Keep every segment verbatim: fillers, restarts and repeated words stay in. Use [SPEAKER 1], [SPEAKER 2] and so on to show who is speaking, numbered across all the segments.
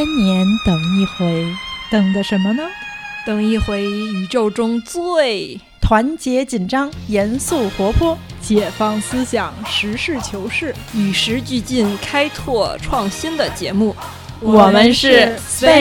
[SPEAKER 1] 千年等一回，
[SPEAKER 2] 等的什么呢？
[SPEAKER 3] 等一回宇宙中最
[SPEAKER 1] 团结紧张、严肃活泼、
[SPEAKER 2] 解放思想、实事求是、
[SPEAKER 3] 与时俱进、开拓创新的节目。
[SPEAKER 1] 我们是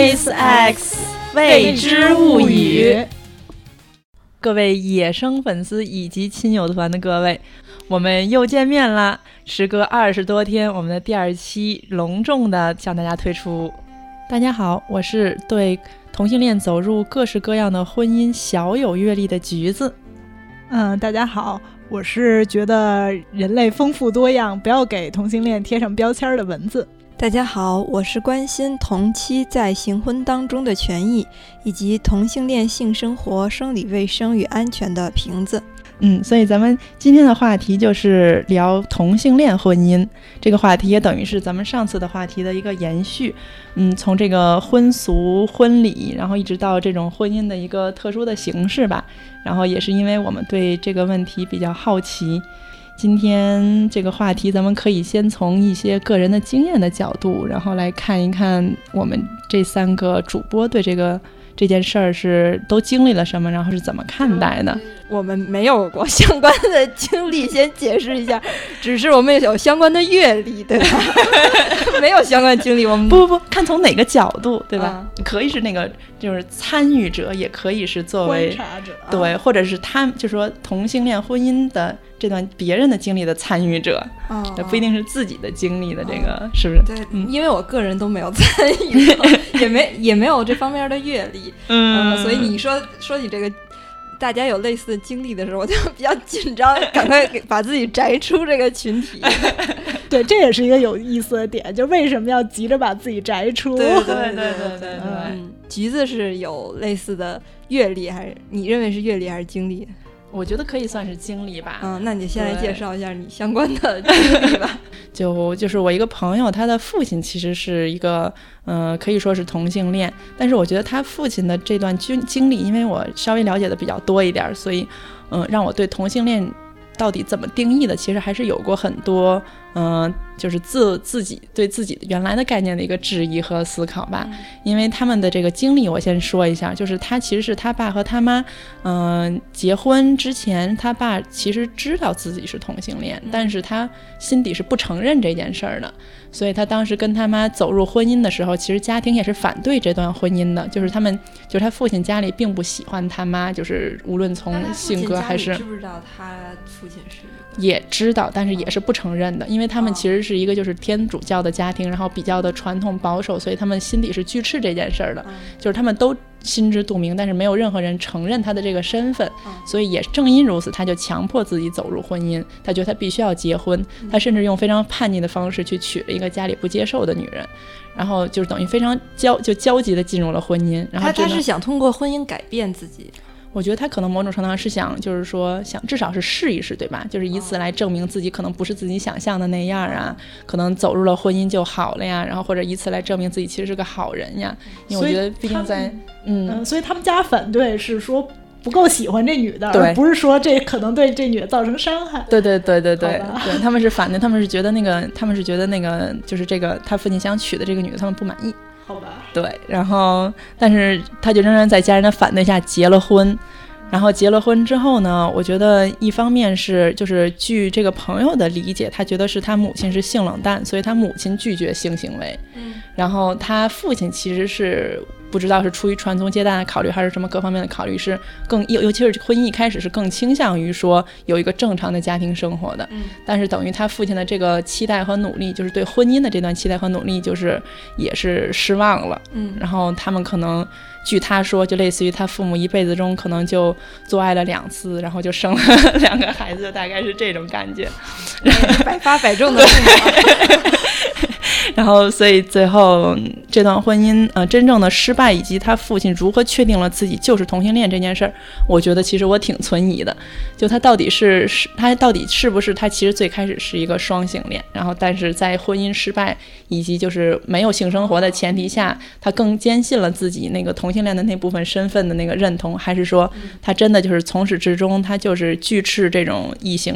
[SPEAKER 1] SpaceX 未知物语。各位野生粉丝以及亲友团的各位，我们又见面啦！时隔二十多天，我们的第二期隆重的向大家推出。大家好，我是对同性恋走入各式各样的婚姻小有阅历的橘子。
[SPEAKER 2] 嗯，大家好，我是觉得人类丰富多样，不要给同性恋贴上标签的蚊子。
[SPEAKER 3] 大家好，我是关心同妻在行婚当中的权益以及同性恋性生活生理卫生与安全的瓶子。
[SPEAKER 1] 嗯，所以咱们今天的话题就是聊同性恋婚姻，这个话题也等于是咱们上次的话题的一个延续。嗯，从这个婚俗婚礼，然后一直到这种婚姻的一个特殊的形式吧，然后也是因为我们对这个问题比较好奇，今天这个话题咱们可以先从一些个人的经验的角度，然后来看一看我们这三个主播对这个这件事儿是都经历了什么，然后是怎么看待的。
[SPEAKER 3] 我们没有过相关的经历，先解释一下，只是我们有相关的阅历，对吧？没有相关经历，我们
[SPEAKER 1] 不不不看从哪个角度，对吧？
[SPEAKER 3] 啊、
[SPEAKER 1] 可以是那个就是参与者，也可以是作为
[SPEAKER 2] 观察者，
[SPEAKER 1] 对，或者是他就说同性恋婚姻的这段别人的经历的参与者，
[SPEAKER 3] 哦、
[SPEAKER 1] 不一定是自己的经历的这个，哦、是不是？
[SPEAKER 3] 对、嗯，因为我个人都没有参与过，也没也没有这方面的阅历，嗯、呃，所以你说说起这个。大家有类似的经历的时候，我就比较紧张，赶快把自己摘出这个群体。
[SPEAKER 2] 对，这也是一个有意思的点，就为什么要急着把自己摘出？
[SPEAKER 3] 对对对对
[SPEAKER 1] 对对对。
[SPEAKER 3] 嗯，橘子是有类似的阅历，还是你认为是阅历还是经历？
[SPEAKER 1] 我觉得可以算是经历吧。
[SPEAKER 3] 嗯，那你先来介绍一下你相关的经历吧。
[SPEAKER 1] 就就是我一个朋友，他的父亲其实是一个，呃，可以说是同性恋，但是我觉得他父亲的这段经经历，因为我稍微了解的比较多一点，所以，嗯、呃，让我对同性恋到底怎么定义的，其实还是有过很多，嗯、呃，就是自自己对自己原来的概念的一个质疑和思考吧。嗯、因为他们的这个经历，我先说一下，就是他其实是他爸和他妈，嗯、呃，结婚之前，他爸其实知道自己是同性恋，但是他心底是不承认这件事儿的。所以他当时跟他妈走入婚姻的时候，其实家庭也是反对这段婚姻的，就是他们就是他父亲家里并不喜欢他妈，就是无论从性格还是
[SPEAKER 3] 知不知道他父亲是
[SPEAKER 1] 也知道，但是也是不承认的，因为他们其实是一个就是天主教的家庭，然后比较的传统保守，所以他们心底是拒斥这件事儿的，就是他们都心知肚明，但是没有任何人承认他的这个身份，所以也正因如此，他就强迫自己走入婚姻，他觉得他必须要结婚，他甚至用非常叛逆的方式去娶了一个家里不接受的女人，然后就是等于非常焦就焦急的进入了婚姻。然后
[SPEAKER 3] 他他是想通过婚姻改变自己。
[SPEAKER 1] 我觉得他可能某种程度上是想，就是说想至少是试一试，对吧？就是以此来证明自己可能不是自己想象的那样啊，可能走入了婚姻就好了呀，然后或者以此来证明自己其实是个好人呀。因为我觉得毕竟在嗯、
[SPEAKER 2] 呃，所以他们家反对是说不够喜欢这女的，
[SPEAKER 1] 而
[SPEAKER 2] 不是说这可能对这女的造成伤害。
[SPEAKER 1] 对对对对对对，他们是反对，他们是觉得那个，他们是觉得那个就是这个他父亲想娶的这个女的，他们不满意。
[SPEAKER 2] 好吧。
[SPEAKER 1] 对，然后但是他就仍然在家人的反对下结了婚。然后结了婚之后呢，我觉得一方面是就是据这个朋友的理解，他觉得是他母亲是性冷淡，所以他母亲拒绝性行为。嗯，然后他父亲其实是不知道是出于传宗接代的考虑还是什么各方面的考虑，是更尤尤其是婚姻一开始是更倾向于说有一个正常的家庭生活的。嗯，但是等于他父亲的这个期待和努力，就是对婚姻的这段期待和努力，就是也是失望了。嗯，然后他们可能据他说，就类似于他父母一辈子中可能就做爱了两次，然后就生了两个孩子，大概是这种感觉。
[SPEAKER 3] 百发百中的父母。
[SPEAKER 1] 然后所以最后这段婚姻呃真正的失败，以及他父亲如何确定了自己就是同性恋这件事儿，我觉得其实我挺存疑的。就他到底是是他到底是不是他其实最开始是一个双性恋，然后但是在婚姻失败以及就是没有性生活的前提下，他更坚信了自己那个同性恋的那部分身份的那个认同，还是说他真的就是从始至终他就是拒斥这种异性恋。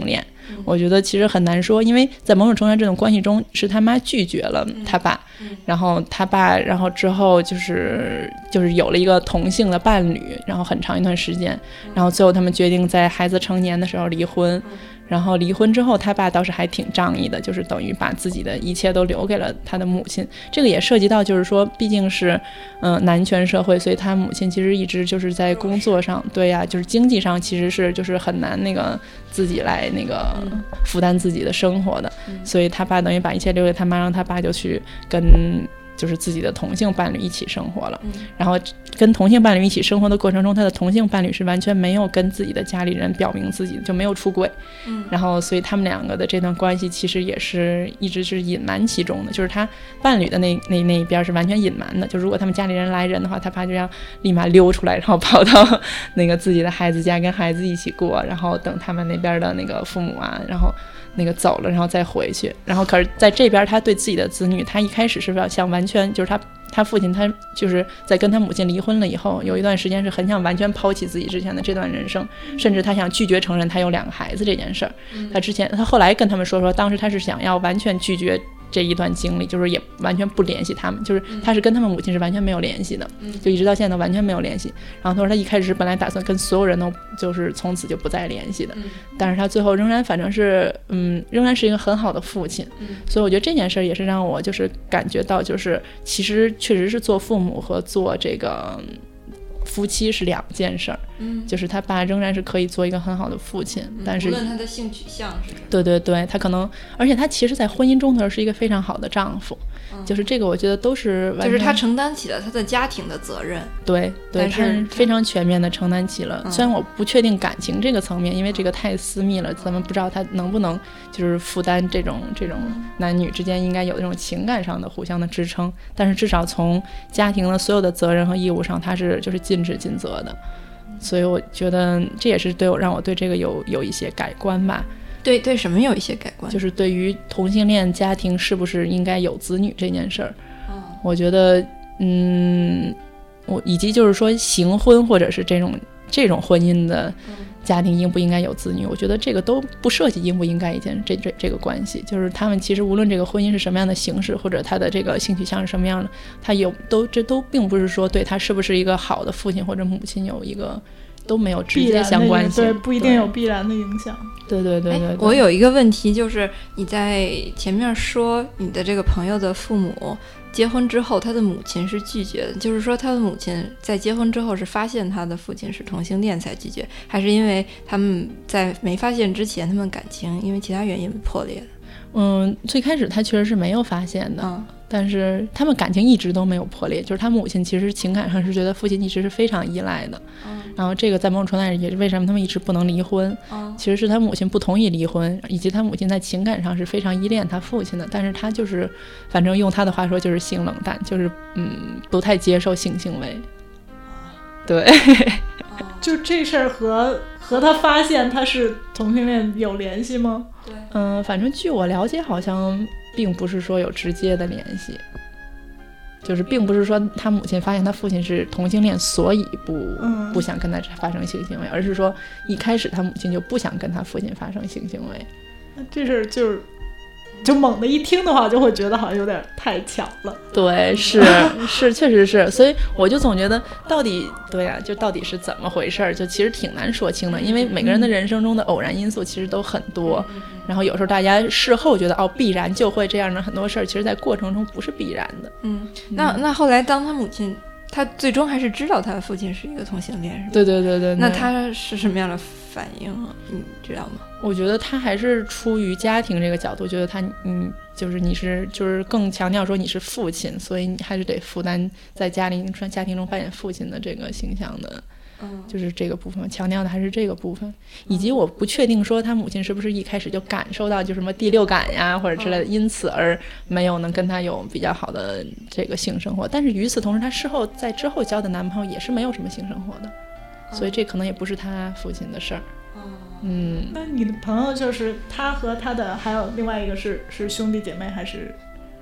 [SPEAKER 1] 嗯、我觉得其实很难说，因为在某种程度上这种关系中是他妈拒绝了他爸、嗯嗯、然后他爸然后之后就是就是有了一个同性的伴侣，然后很长一段时间，然后最后他们决定在孩子成年的时候离婚、嗯，然后离婚之后他爸倒是还挺仗义的，就是等于把自己的一切都留给了他的母亲。这个也涉及到就是说毕竟是嗯、呃、男权社会，所以他母亲其实一直就是在工作上，对呀、啊，就是经济上其实是就是很难那个自己来那个负担自己的生活的、嗯、所以他爸等于把一切留给他妈，让他爸就去跟就是自己的同性伴侣一起生活了、嗯、然后跟同性伴侣一起生活的过程中，他的同性伴侣是完全没有跟自己的家里人表明自己就没有出轨、嗯、然后所以他们两个的这段关系其实也是一直是隐瞒其中的，就是他伴侣的那那那一边是完全隐瞒的，就如果他们家里人来人的话，他爸就要立马溜出来，然后跑到那个自己的孩子家跟孩子一起过，然后等他们那边的那个父母啊然后那个走了然后再回去。然后可是在这边他对自己的子女，他一开始是想完全就是他他父亲他就是在跟他母亲离婚了以后，有一段时间是很想完全抛弃自己之前的这段人生，甚至他想拒绝承认他有两个孩子这件事儿。他之前他后来跟他们说说当时他是想要完全拒绝这一段经历，就是也完全不联系他们，就是他是跟他们母亲是完全没有联系的，就一直到现在都完全没有联系。然后他说他一开始本来打算跟所有人都就是从此就不再联系的，但是他最后仍然反正是嗯仍然是一个很好的父亲。所以我觉得这件事也是让我就是感觉到就是其实确实是做父母和做这个夫妻是两件事儿、嗯、就是他爸仍然是可以做一个很好的父亲、嗯、但是
[SPEAKER 3] 无论他的性取向是
[SPEAKER 1] 对对对，他可能而且他其实在婚姻中头是一个非常好的丈夫、嗯、就是这个我觉得都是完全
[SPEAKER 3] 就是他承担起了他的家庭的责任，
[SPEAKER 1] 对对，他是非常全面的承担起了、嗯、虽然我不确定感情这个层面，因为这个太私密了，咱们不知道他能不能就是负担这种这种男女之间应该有这种情感上的互相的支撑，但是至少从家庭的所有的责任和义务上他是就是尽职尽责的，所以我觉得这也是对我让我对这个有有一些改观吧。
[SPEAKER 3] 对对，什么有一些改观？
[SPEAKER 1] 就是对于同性恋家庭是不是应该有子女这件事儿、哦，我觉得，嗯，我以及就是说行婚或者是这种这种婚姻的家庭应不应该有子女，我觉得这个都不涉及应不应该一件这这这个关系，就是他们其实无论这个婚姻是什么样的形式，或者他的这个性取向是什么样的，他有都这都并不是说对他是不是一个好的父亲或者母亲有一个都没有直接相关性，
[SPEAKER 2] 对，不一定有必然的影响。
[SPEAKER 1] 对对对 对, 对, 对。
[SPEAKER 3] 我有一个问题，就是你在前面说你的这个朋友的父母结婚之后他的母亲是拒绝的，就是说他的母亲在结婚之后是发现他的父亲是同性恋才拒绝，还是因为他们在没发现之前他们感情因为其他原因破裂的？
[SPEAKER 1] 嗯，最开始他确实是没有发现的、嗯、但是他们感情一直都没有破裂，就是他母亲其实情感上是觉得父亲一直是非常依赖的、嗯、然后这个在某种程度上也是为什么他们一直不能离婚、嗯、其实是他母亲不同意离婚，以及他母亲在情感上是非常依恋他父亲的，但是他就是反正用他的话说就是性冷淡，就是嗯不太接受性行为。对
[SPEAKER 2] 就这事儿和和他发现他是同性恋有联系吗？
[SPEAKER 3] 对，
[SPEAKER 1] 嗯，反正据我了解好像并不是说有直接的联系，就是并不是说他母亲发现他父亲是同性恋所以不、嗯、不想跟他发生性行为，而是说一开始他母亲就不想跟他父亲发生性行为。
[SPEAKER 2] 那这事儿就是就猛的一听的话就会觉得好像有点太巧了。
[SPEAKER 1] 对，是是确实是，所以我就总觉得到底对啊，就到底是怎么回事，就其实挺难说清的，因为每个人的人生中的偶然因素其实都很多、嗯、然后有时候大家事后觉得哦必然就会这样的很多事儿，其实在过程中不是必然的。
[SPEAKER 3] 嗯，那那后来当他母亲他最终还是知道他的父亲是一个同性恋是吧？
[SPEAKER 1] 对对对 对, 对。
[SPEAKER 3] 那他是什么样的反应啊？你知道吗？
[SPEAKER 1] 我觉得他还是出于家庭这个角度，觉得他嗯，就是你是就是更强调说你是父亲，所以你还是得负担在家里家庭中扮演父亲的这个形象的。嗯，就是这个部分强调的还是这个部分，以及我不确定说他母亲是不是一开始就感受到就什么第六感呀或者之类的，因此而没有能跟他有比较好的这个性生活，但是与此同时他事后在之后交的男朋友也是没有什么性生活的，所以这可能也不是他父亲的事儿。嗯，
[SPEAKER 2] 那你的朋友就是他和他的还有另外一个是是兄弟姐妹还是？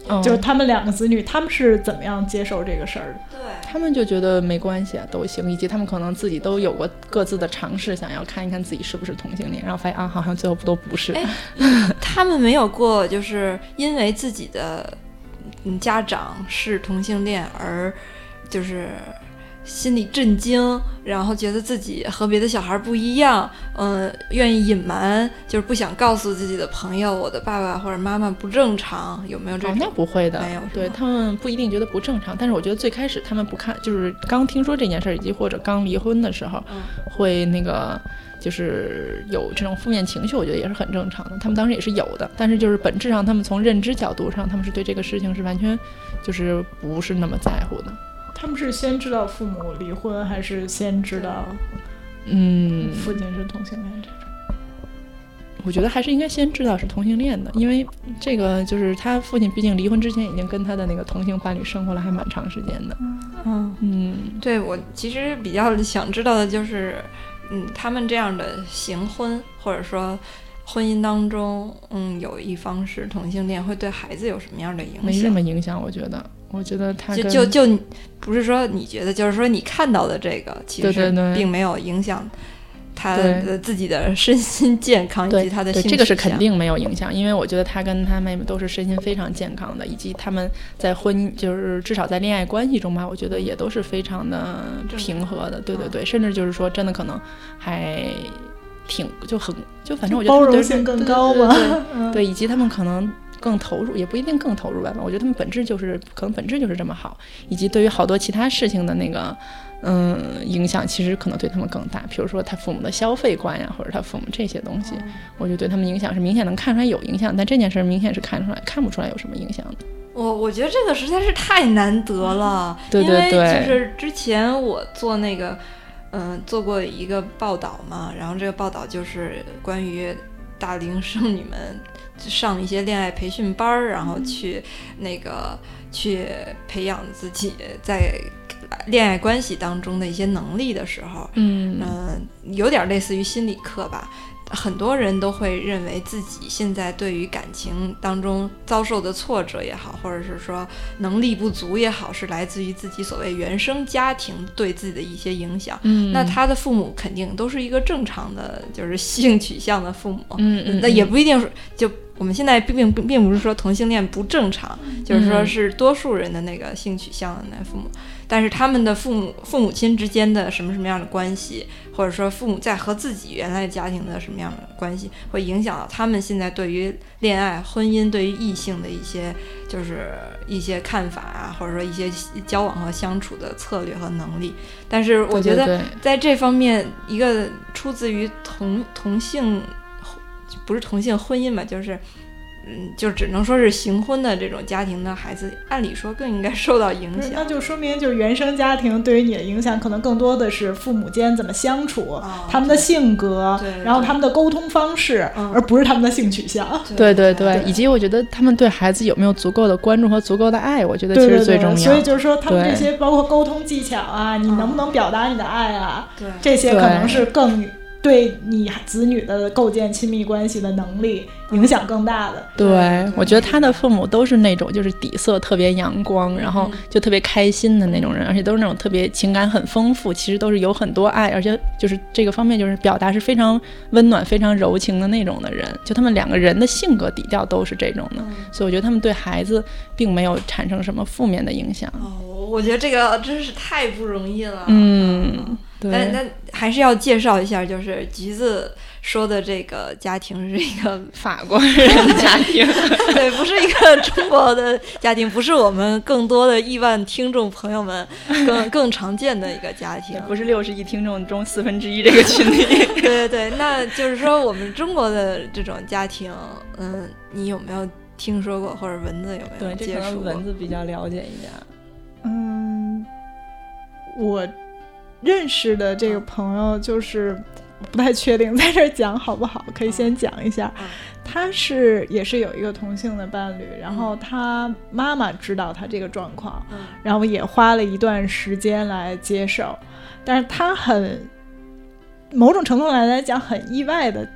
[SPEAKER 2] 嗯、就是他们两个子女他们是怎么样接受这个事儿的？
[SPEAKER 3] 对，
[SPEAKER 1] 他们就觉得没关系啊，都行，以及他们可能自己都有过各自的尝试，想要看一看自己是不是同性恋，然后发现啊好像最后都不是。
[SPEAKER 3] 他们没有过就是因为自己的家长是同性恋而就是心里震惊，然后觉得自己和别的小孩不一样，嗯、呃，愿意隐瞒，就是不想告诉自己的朋友我的爸爸或者妈妈不正常，有没有这种？
[SPEAKER 1] 哦，那不会的，
[SPEAKER 3] 没有，
[SPEAKER 1] 对他们不一定觉得不正常，但是我觉得最开始他们不看，就是刚听说这件事以及或者刚离婚的时候，嗯、会那个就是有这种负面情绪，我觉得也是很正常的，他们当时也是有的，但是就是本质上他们从认知角度上，他们是对这个事情是完全就是不是那么在乎的。
[SPEAKER 2] 他们是先知道父母离婚，还是先知道
[SPEAKER 1] 嗯
[SPEAKER 2] 父亲是同性恋这种？
[SPEAKER 1] 我觉得还是应该先知道是同性恋的，因为这个就是他父亲毕竟离婚之前已经跟他的那个同性伴侣生活了还蛮长时间的。
[SPEAKER 3] 嗯嗯，对，我其实比较想知道的就是嗯，他们这样的行婚或者说婚姻当中嗯，有一方是同性恋会对孩子有什么样的影响？
[SPEAKER 1] 没什么影响，我觉得我觉得他
[SPEAKER 3] 就就就不是说你觉得，就是说你看到的这个其实并没有影响他的自己的身心健康以及他的性取向。
[SPEAKER 1] 对，这个是肯定没有影响，因为我觉得他跟他妹妹都是身心非常健康的，以及他们在婚就是至少在恋爱关系中吧，我觉得也都是非常的平和的。对对对，甚至就是说真的可能还挺就很就反正我觉得
[SPEAKER 2] 包容性更高嘛。
[SPEAKER 1] 对, 对, 对, 对, 对，以及他们可能更投入，也不一定更投入吧，我觉得他们本质就是可能本质就是这么好，以及对于好多其他事情的那个嗯影响其实可能对他们更大，比如说他父母的消费观呀，或者他父母这些东西、嗯、我觉得对他们影响是明显能看出来有影响，但这件事明显是看出来看不出来有什么影响的。
[SPEAKER 3] 我我觉得这个实在是太难得了、嗯、
[SPEAKER 1] 对对对，
[SPEAKER 3] 因为就是之前我做那个嗯做过一个报道嘛，然后这个报道就是关于大龄剩女们上一些恋爱培训班，然后去那个去培养自己在恋爱关系当中的一些能力的时候，嗯、呃、有点类似于心理课吧。很多人都会认为自己现在对于感情当中遭受的挫折也好，或者是说能力不足也好，是来自于自己所谓原生家庭对自己的一些影响。嗯，那他的父母肯定都是一个正常的就是性取向的父母。嗯嗯，那也不一定是就我们现在并并并不是说同性恋不正常，就是说是多数人的那个性取向的那父母，但是他们的父母父母亲之间的什么什么样的关系，或者说父母在和自己原来家庭的什么样的关系，会影响到他们现在对于恋爱、婚姻、对于异性的一些就是一些看法啊，或者说一些交往和相处的策略和能力。但是我觉得在这方面，一个出自于同同性。不是同性婚姻嘛，就是嗯，就只能说是行婚的这种家庭的孩子，按理说更应该受到影响。
[SPEAKER 2] 那就说明就是原生家庭对于你的影响可能更多的是父母间怎么相处、哦、他们的性格，然后他们的沟通方式、嗯、而不是他们的性取向。
[SPEAKER 1] 对对 对, 对, 对，以及我觉得他们对孩子有没有足够的关注和足够的爱，我觉得其实最重要。
[SPEAKER 2] 对对对，所以就是说他们这些包括沟通技巧啊，你能不能表达你的爱啊、嗯、这些可能是更对你子女的构建亲密关系的能力影响更大的。
[SPEAKER 1] 对，对，我觉得他的父母都是那种就是底色特别阳光、嗯、然后就特别开心的那种人，而且都是那种特别情感很丰富，其实都是有很多爱，而且就是这个方面就是表达是非常温暖非常柔情的那种的人，就他们两个人的性格底调都是这种的、嗯、所以我觉得他们对孩子并没有产生什么负面的影响。
[SPEAKER 3] 哦，我觉得这个真是太不容易了。
[SPEAKER 1] 嗯，对，
[SPEAKER 3] 但但还是要介绍一下，就是橘子说的这个家庭是一个
[SPEAKER 1] 法国人的家庭
[SPEAKER 3] 对，不是一个中国的家庭，不是我们更多的亿万听众朋友们更更常见的一个家庭，
[SPEAKER 1] 不是六十亿听众中四分之一这个群里
[SPEAKER 3] 对对对，那就是说我们中国的这种家庭，嗯，你有没有听说过，或者蚊子有没有接触过？对，这可能
[SPEAKER 1] 蚊子比较了解一点。
[SPEAKER 2] 嗯，我认识的这个朋友就是不太确定在这儿讲好不好，可以先讲一下。他是也是有一个同性的伴侣，然后他妈妈知道他这个状况，然后也花了一段时间来接受，但是他很某种程度来来讲很意外的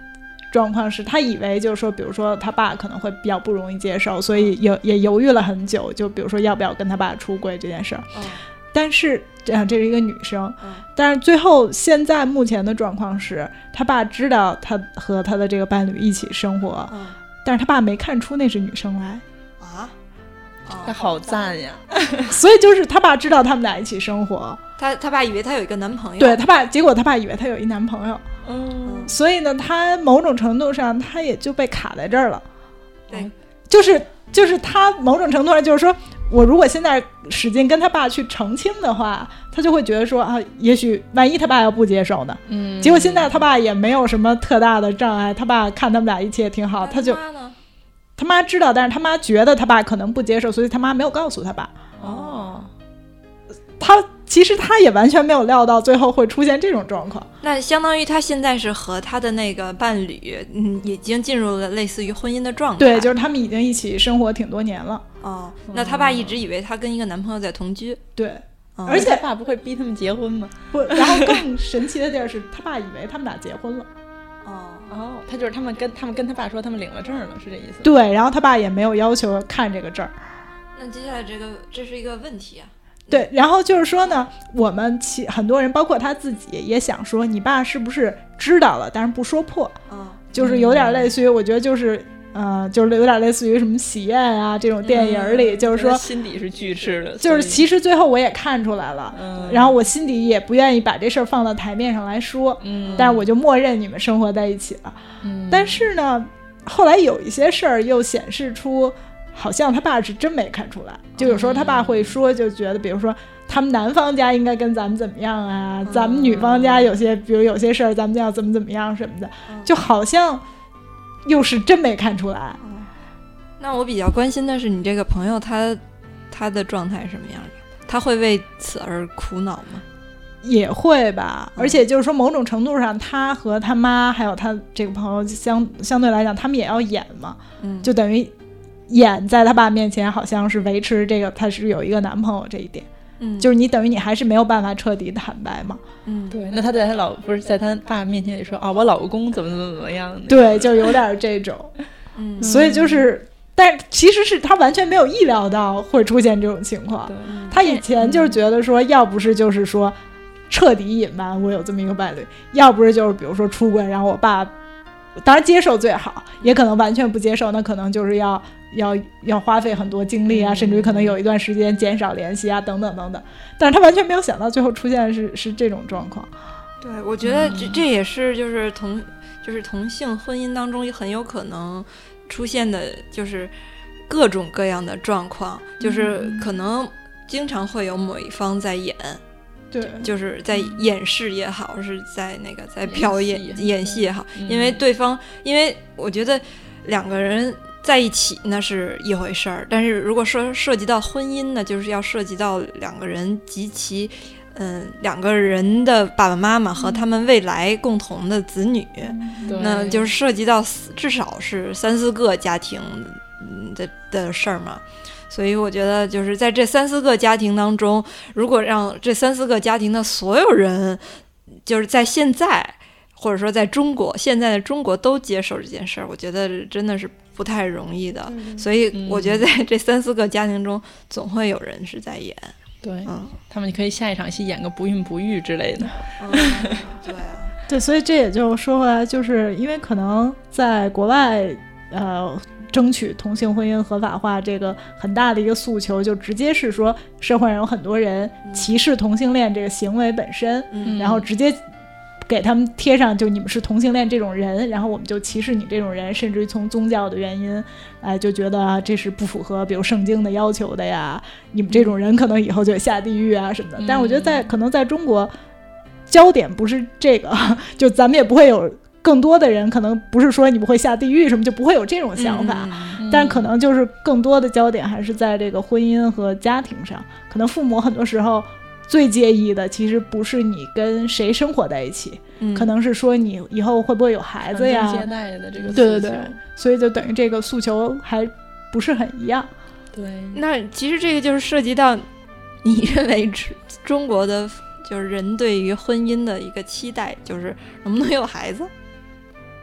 [SPEAKER 2] 状况是他以为就是说比如说他爸可能会比较不容易接受，所以也也犹豫了很久，就比如说要不要跟他爸出柜这件事儿、嗯、但是这样这是一个女生、嗯、但是最后现在目前的状况是他爸知道他和他的这个伴侣一起生活、嗯、但是他爸没看出那是女生来
[SPEAKER 3] 啊，
[SPEAKER 1] 他好赞呀
[SPEAKER 2] 所以就是他爸知道他们俩一起生活，
[SPEAKER 3] 他他爸以为他有一个男朋友，
[SPEAKER 2] 对他爸，结果他爸以为他有一男朋友，
[SPEAKER 3] 嗯，
[SPEAKER 2] 所以呢他某种程度上他也就被卡在这儿了，
[SPEAKER 3] 对，
[SPEAKER 2] 就是就是他某种程度上就是说我如果现在使劲跟他爸去澄清的话，他就会觉得说啊，也许万一他爸要不接受呢，嗯，结果现在他爸也没有什么特大的障碍，他爸看他们俩一切挺好，他就他妈知道，但是他妈觉得他爸可能不接受，所以他妈没有告诉他爸。
[SPEAKER 1] 哦，
[SPEAKER 2] 他其实他也完全没有料到最后会出现这种状况。
[SPEAKER 3] 那相当于他现在是和他的那个伴侣，嗯，已经进入了类似于婚姻的状态。
[SPEAKER 2] 对，就是他们已经一起生活挺多年了。
[SPEAKER 3] 哦，那他爸一直以为他跟一个男朋友在同居。
[SPEAKER 2] 对。
[SPEAKER 3] 哦、
[SPEAKER 2] 而且
[SPEAKER 1] 他爸不会逼他们结婚吗？
[SPEAKER 2] 不，然后更神奇的地儿是他爸以为他们俩结婚了。
[SPEAKER 3] 哦
[SPEAKER 1] 哦，他就是他们跟他们跟他爸说他们领了证了，是这意思？
[SPEAKER 2] 对，然后他爸也没有要求看这个证。
[SPEAKER 3] 那接下来这个这是一个问题啊。
[SPEAKER 2] 对，然后就是说呢，我们其很多人包括他自己也想说你爸是不是知道了但是不说破、
[SPEAKER 3] 嗯、
[SPEAKER 2] 就是有点类似于、嗯、我觉得就是呃，就是有点类似于什么喜宴啊这种电影里、嗯、就是说
[SPEAKER 1] 心底是拒斥的，
[SPEAKER 2] 就是其实最后我也看出来了、嗯、然后我心底也不愿意把这事儿放到台面上来说、嗯、但是我就默认你们生活在一起了、嗯、但是呢后来有一些事儿又显示出好像他爸是真没看出来，就有时候他爸会说，就觉得比如说他们男方家应该跟咱们怎么样啊、嗯、咱们女方家有些比如有些事儿咱们要怎么怎么样什么的、嗯、就好像又是真没看出来、
[SPEAKER 3] 嗯、那我比较关心的是你这个朋友他他的状态是什么样的，他会为此而苦恼吗？
[SPEAKER 2] 也会吧、嗯、而且就是说某种程度上他和他妈还有他这个朋友相相对来讲他们也要演嘛、嗯、就等于演在他爸面前好像是维持这个他是有一个男朋友这一点，嗯，就是你等于你还是没有办法彻底坦白嘛，
[SPEAKER 1] 嗯，对，那他在他老不是在他爸面前也说啊、哦、我老公怎么怎么怎么样、那个、
[SPEAKER 2] 对，就有点这种嗯，所以就是但其实是他完全没有意料到会出现这种情况，他以前就是觉得说要不是就是说彻底隐瞒我有这么一个伴侣，要不是就是比如说出轨然后我爸当然接受最好，也可能完全不接受，那可能就是要要要花费很多精力啊、嗯、甚至于可能有一段时间减少联系啊等等等等，但是他完全没有想到最后出现的是是这种状况。
[SPEAKER 3] 对，我觉得这、嗯、这也是就是同就是同性婚姻当中也很有可能出现的就是各种各样的状况，就是可能经常会有某一方在演，
[SPEAKER 2] 对，
[SPEAKER 3] 就是在演示也好，是在那个在表演演戏也好，因为对方，因为我觉得两个人在一起那是一回事儿，但是如果说涉及到婚姻呢，就是要涉及到两个人及其嗯两个人的爸爸妈妈和他们未来共同的子女，嗯、那就是涉及到至少是三四个家庭的的事儿嘛。所以我觉得就是在这三四个家庭当中，如果让这三四个家庭的所有人就是在现在或者说在中国现在的中国都接受这件事儿，我觉得真的是不太容易的、嗯、所以我觉得在这三四个家庭中总会有人是在演，
[SPEAKER 1] 对、嗯、他们可以下一场戏演个不孕不育之类的、
[SPEAKER 3] 嗯、对啊
[SPEAKER 2] 对，所以这也就说回来，就是因为可能在国外呃争取同性婚姻合法化这个很大的一个诉求，就直接是说社会上有很多人歧视同性恋这个行为本身、嗯、然后直接给他们贴上就你们是同性恋这种人，然后我们就歧视你这种人，甚至于从宗教的原因哎，就觉得这是不符合比如圣经的要求的呀，你们这种人可能以后就下地狱啊什么的、嗯、但是我觉得在可能在中国焦点不是这个，就咱们也不会有更多的人可能不是说你们会下地狱什么，就不会有这种想法、嗯、但可能就是更多的焦点还是在这个婚姻和家庭上，可能父母很多时候最介意的其实不是你跟谁生活在一起、嗯、可能是说你以后会不会有孩子呀，
[SPEAKER 1] 接待的这个诉求，
[SPEAKER 2] 对对对，所以就等于这个诉求还不是很一样。
[SPEAKER 1] 对，
[SPEAKER 3] 那其实这个就是涉及到你认为中国的就是人对于婚姻的一个期待，就是能不能有孩子。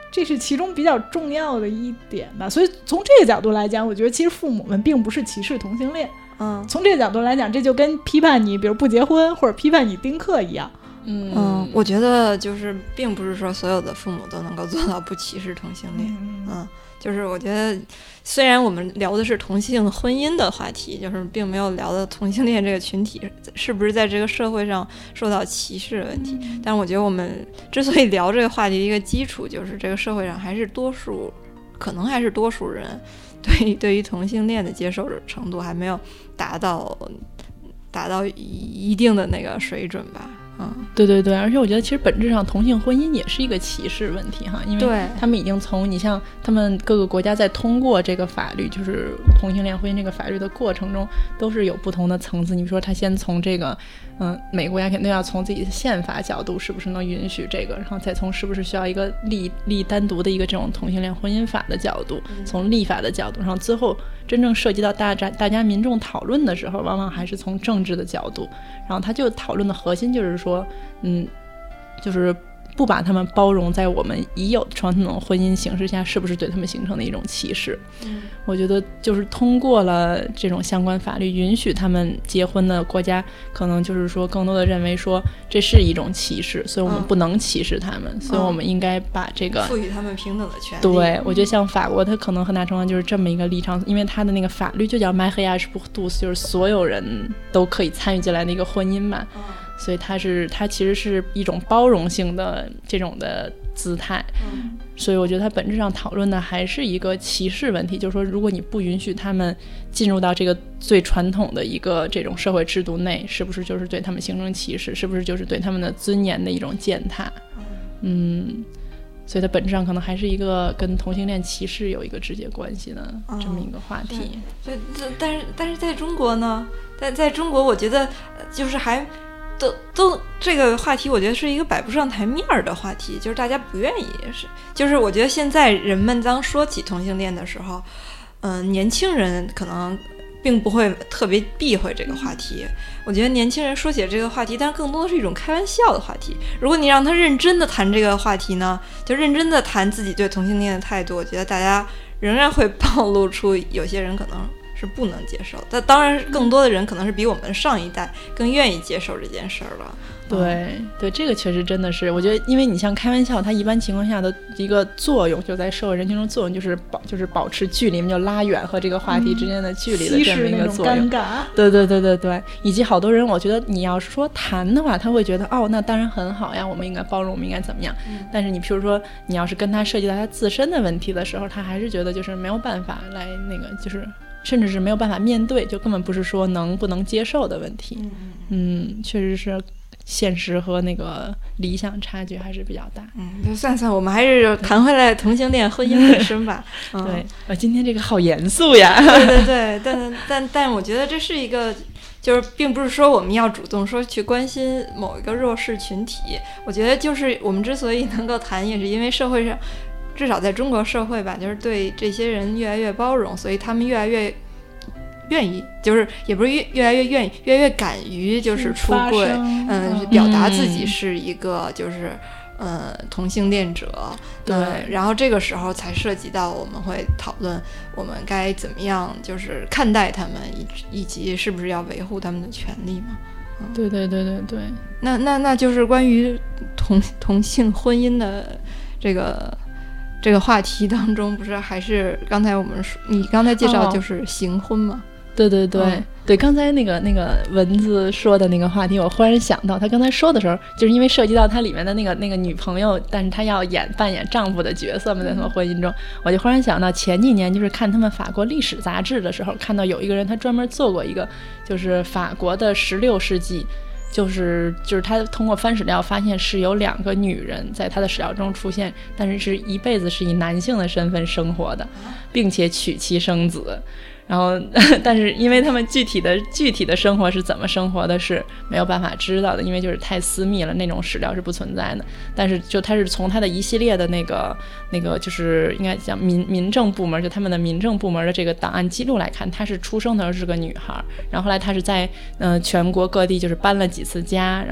[SPEAKER 2] 这是其中比较重要的一点吧。所以从这个角度来讲，我觉得其实父母们并不是歧视同性恋。
[SPEAKER 3] 嗯，
[SPEAKER 2] 从这个角度来讲，这就跟批判你比如不结婚或者批判你丁克一样。
[SPEAKER 3] 嗯嗯，我觉得就是并不是说所有的父母都能够做到不歧视同性恋。嗯, 嗯就是我觉得虽然我们聊的是同性婚姻的话题，就是并没有聊的同性恋这个群体是不是在这个社会上受到歧视的问题、嗯、但我觉得我们之所以聊这个话题的一个基础就是这个社会上还是多数可能还是多数人对对于同性恋的接受程度还没有达到达到一定的那个水准吧。嗯，
[SPEAKER 1] 对对对，而且我觉得其实本质上同性婚姻也是一个歧视问题哈，因为他们已经从你像他们各个国家在通过这个法律，就是同性恋婚姻这个法律的过程中，都是有不同的层次。你说他先从这个，嗯，每个国家肯定要从自己的宪法角度是不是能允许这个，然后再从是不是需要一个立立单独的一个这种同性恋婚姻法的角度，从立法的角度，然后最后真正涉及到大家大家民众讨论的时候，往往还是从政治的角度，然后他就讨论的核心就是说。说嗯，就是不把他们包容在我们已有传统婚姻形式下，是不是对他们形成的一种歧视、嗯、我觉得就是通过了这种相关法律允许他们结婚的国家，可能就是说更多的认为说这是一种歧视，所以我们不能歧视他们、嗯、所以我们应该把这个
[SPEAKER 3] 赋予他们平等的权利。
[SPEAKER 1] 对，我觉得像法国它可能很大程度就是这么一个立场，因为它的那个法律就叫 mariage pour tous， 就是所有人都可以参与进来的一个婚姻嘛、嗯，所以它是它其实是一种包容性的这种的姿态、嗯、所以我觉得它本质上讨论的还是一个歧视问题，就是说如果你不允许他们进入到这个最传统的一个这种社会制度内，是不是就是对他们形成歧视，是不是就是对他们的尊严的一种践踏。嗯，所以它本质上可能还是一个跟同性恋歧视有一个直接关系的这么一个话题、
[SPEAKER 3] 嗯、对, 对但是但是在中国呢，在在中国我觉得就是还都都这个话题我觉得是一个摆不上台面的话题，就是大家不愿意，是就是我觉得现在人们当说起同性恋的时候，嗯、呃，年轻人可能并不会特别避讳这个话题，我觉得年轻人说起这个话题，但是更多的是一种开玩笑的话题。如果你让他认真的谈这个话题呢，就认真的谈自己对同性恋的态度，我觉得大家仍然会暴露出有些人可能是不能接受，但当然更多的人可能是比我们上一代更愿意接受这件事儿了。
[SPEAKER 1] 对、嗯、对，这个确实真的是，我觉得因为你像开玩笑，它一般情况下的一个作用，就在社会人群中作用就是保就是保持距离，就拉远和这个话题之间的距离的这么一个作用。
[SPEAKER 2] 嗯、尴尬。
[SPEAKER 1] 对对对对对，以及好多人，我觉得你要是说谈的话，他会觉得哦，那当然很好呀，我们应该包容，我们应该怎么样。嗯、但是你譬如说，你要是跟他涉及到他自身的问题的时候，他还是觉得就是没有办法来那个就是。甚至是没有办法面对，就根本不是说能不能接受的问题。嗯, 嗯确实是现实和那个理想差距还是比较大。
[SPEAKER 3] 嗯，就算算，我们还是谈回来同性恋婚姻本身吧。
[SPEAKER 1] 嗯、对，我今天这个好严肃呀。
[SPEAKER 3] 对对对，但但但我觉得这是一个，就是并不是说我们要主动说去关心某一个弱势群体。我觉得就是我们之所以能够谈，也是因为社会上。至少在中国社会吧，就是对这些人越来越包容，所以他们越来越愿意，就是也不是越越来越愿意，越来越敢于就是出柜，嗯，表达自己是一个就是呃同性恋者，
[SPEAKER 1] 对、
[SPEAKER 3] 嗯，然后这个时候才涉及到我们会讨论我们该怎么样就是看待他们，以以及是不是要维护他们的权利嘛。
[SPEAKER 1] 嗯、对对对对对，
[SPEAKER 3] 那那那就是关于同同性婚姻的这个。这个话题当中，不是还是刚才我们说，你刚才介绍就是行婚吗？
[SPEAKER 1] 哦、对对对、嗯、对，刚才那个那个文字说的那个话题，我忽然想到，他刚才说的时候，就是因为涉及到他里面的那个那个女朋友，但是他要演扮演丈夫的角色嘛，在他们婚姻中，我就忽然想到前几年就是看他们法国历史杂志的时候，看到有一个人他专门做过一个，就是法国的十六世纪。就是就是他通过翻史料发现是有两个女人在他的史料中出现，但是是一辈子是以男性的身份生活的，并且娶妻生子。然后但是因为他们具体的具体的生活是怎么生活的是没有办法知道的，因为就是太私密了，那种史料是不存在的。但是就他是从他的一系列的那个那个就是应该讲民民政部门，就他们的民政部门的这个档案记录来看，他是出生的时候是个女孩，然后后来他是在呃全国各地就是搬了几次家，然后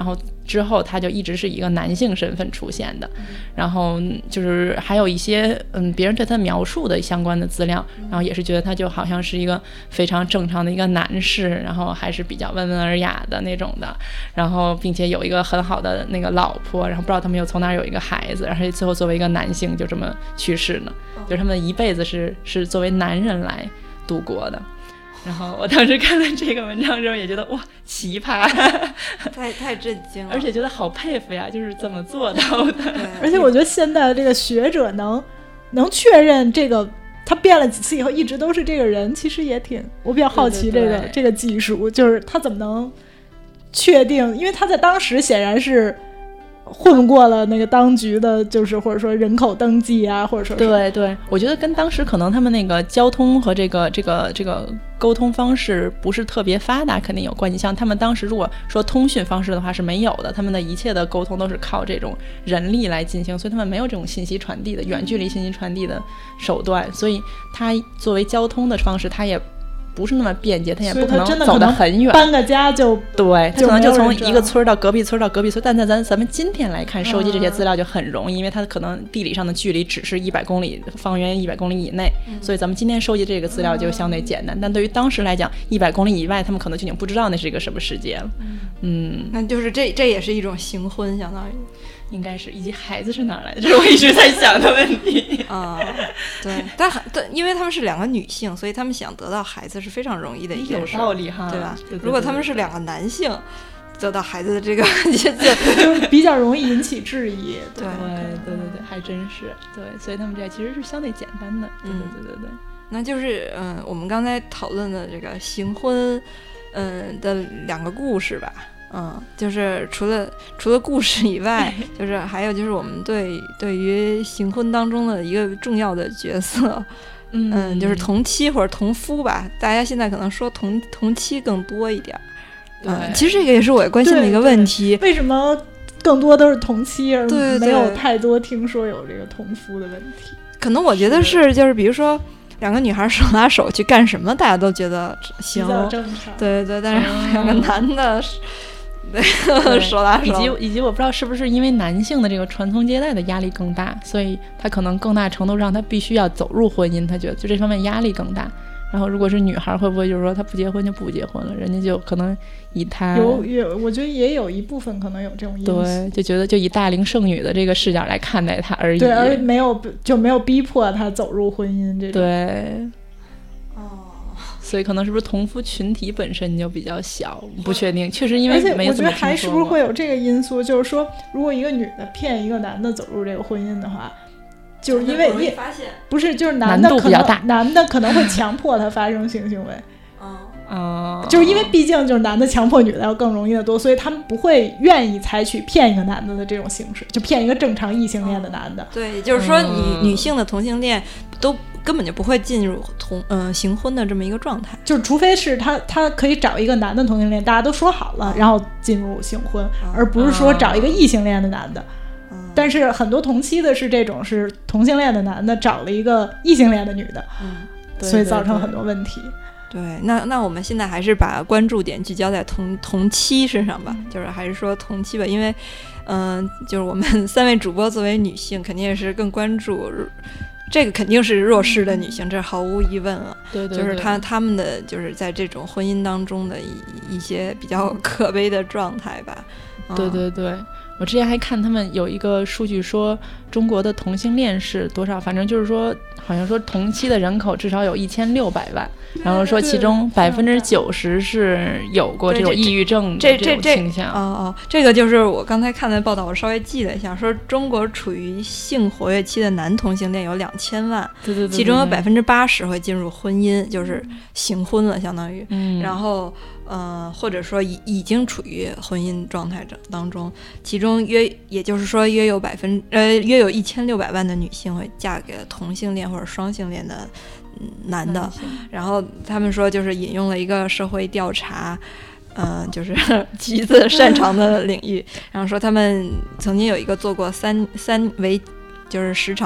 [SPEAKER 1] 之后他就一直是以一个男性身份出现的，然后就是还有一些嗯别人对他描述的相关的资料，然后也是觉得他就好像是一个非常正常的一个男士，然后还是比较温文尔雅的那种的，然后并且有一个很好的那个老婆，然后不知道他们又从哪有一个孩子，然后最后作为一个男性就这么去世了，就是他们一辈子是是作为男人来度过的。然后我当时看了这个文章之后也觉得哇奇葩，
[SPEAKER 3] 太太震惊了，
[SPEAKER 1] 而且觉得好佩服呀，就是这么做到的。
[SPEAKER 2] 而且我觉得现在的这个学者能能确认这个他变了几次以后一直都是这个人，其实也挺我比较好奇这个
[SPEAKER 1] 对对对
[SPEAKER 2] 这个技术，就是他怎么能确定，因为他在当时显然是混过了那个当局的，就是或者说人口登记啊，或者说
[SPEAKER 1] 对对，我觉得跟当时可能他们那个交通和这个这个这个沟通方式不是特别发达肯定有关系。像他们当时如果说通讯方式的话是没有的，他们的一切的沟通都是靠这种人力来进行，所以他们没有这种信息传递的远距离信息传递的手段，所以他作为交通的方式他也不是那么便捷，他也不可能走得很远，
[SPEAKER 2] 搬个家就
[SPEAKER 1] 对，他可能就从一个村到隔壁村到隔壁村，但在咱咱们今天来看，收集这些资料就很容易，因为它可能地理上的距离只是一百公里方圆一百公里以内，所以咱们今天收集这个资料就相对简单。但对于当时来讲，一百公里以外，他们可能就已经不知道那是一个什么世界了。嗯，
[SPEAKER 3] 那就是这这也是一种行婚，相当于。
[SPEAKER 1] 应该是，以及孩子是哪来的，这是我一直在想的问题
[SPEAKER 3] 啊、嗯。对，但但因为他们是两个女性，所以他们想得到孩子是非常容易的一件事，
[SPEAKER 1] 有道理哈，
[SPEAKER 3] 对吧？
[SPEAKER 1] 对对对对，
[SPEAKER 3] 如果他们是两个男性，得到孩子的这个就
[SPEAKER 2] 就比较容易引起质疑。
[SPEAKER 3] 对
[SPEAKER 1] 对对对对，还真是对，所以他们这其实是相对简单的。对对对对对。嗯、
[SPEAKER 3] 那就是嗯、呃，我们刚才讨论的这个行婚，嗯、呃、的两个故事吧。嗯，就是除了除了故事以外，就是还有就是我们对对于行婚当中的一个重要的角色，嗯, 嗯，就是同妻或者同夫吧。大家现在可能说同同妻更多一点。嗯，其实这个也是我关心的一个问题。
[SPEAKER 2] 为什么更多都是同妻，而
[SPEAKER 3] 对
[SPEAKER 2] 没有太多听说有这个同夫的问题？
[SPEAKER 3] 可能我觉得是，就是比如说。两个女孩手拉手去干什么，大家都觉得行，
[SPEAKER 2] 比较正常。
[SPEAKER 3] 对对，但是两个男的。对，手拉手，
[SPEAKER 1] 以及以及我不知道是不是因为男性的这个传宗接代的压力更大，所以他可能更大程度上他必须要走入婚姻，他觉得就这方面压力更大。然后如果是女孩，会不会就是说他不结婚就不结婚了，人家就可能以他
[SPEAKER 2] 有有，我觉得也有一部分可能有这种因素，
[SPEAKER 1] 对，就觉得就以大龄剩女的这个视角来看待他而已，
[SPEAKER 2] 对，而没有就没有逼迫他走入婚姻这种，
[SPEAKER 1] 对，
[SPEAKER 3] 哦。
[SPEAKER 1] 所以可能是不是同夫群体本身就比较小，不确定，确实因为没
[SPEAKER 2] 而且我觉得还是不是会有这个因素，就是说如果一个女的骗一个男的走入这个婚姻的话，就是因为你不是就是男的可能男的可能会强迫他发生性行为，
[SPEAKER 1] 嗯，
[SPEAKER 2] 就是因为毕竟就是男的强迫女的要更容易的多，所以他们不会愿意采取骗一个男的的这种形式，就骗一个正常异性恋的男的。
[SPEAKER 3] 嗯、对，就是说你、嗯、女性的同性恋都根本就不会进入同嗯、呃、行婚的这么一个状态，
[SPEAKER 2] 就除非是他他可以找一个男的同性恋，大家都说好了，然后进入行婚，
[SPEAKER 3] 嗯、
[SPEAKER 2] 而不是说找一个异性恋的男的。嗯、但是很多同期的是这种是同性恋的男的找了一个异性恋的女的，
[SPEAKER 3] 嗯，
[SPEAKER 2] 所以造成很多问题。
[SPEAKER 3] 对，那那我们现在还是把关注点聚焦在同同妻身上吧，嗯、就是还是说同妻吧，因为，嗯、呃，就是我们三位主播作为女性，肯定也是更关注这个，肯定是弱势的女性，这毫无疑问了。
[SPEAKER 1] 对对对，
[SPEAKER 3] 就是她她们的就是在这种婚姻当中的一一些比较可悲的状态吧。
[SPEAKER 1] 嗯、对对对。我之前还看他们有一个数据说中国的同性恋是多少，反正就是说好像说同期的人口至少有一千六百万，然后说其中百分之九十是有过这种抑郁症的这种倾向。
[SPEAKER 3] 哦哦，这个就是我刚才看的报道，我稍微记了一下，说中国处于性活跃期的男同性恋有两千万，
[SPEAKER 1] 对对对，
[SPEAKER 3] 其中有百分之八十会进入婚姻，就是行婚了，相当于，
[SPEAKER 1] 嗯，
[SPEAKER 3] 然后。呃，或者说已已经处于婚姻状态当中，其中约也就是说约有百分呃约有一千六百万的女性会嫁给同性恋或者双性恋的、嗯、男的，然后他们说就是引用了一个社会调查，呃，就是橘子擅长的领域，然后说他们曾经有一个做过三三维就是时长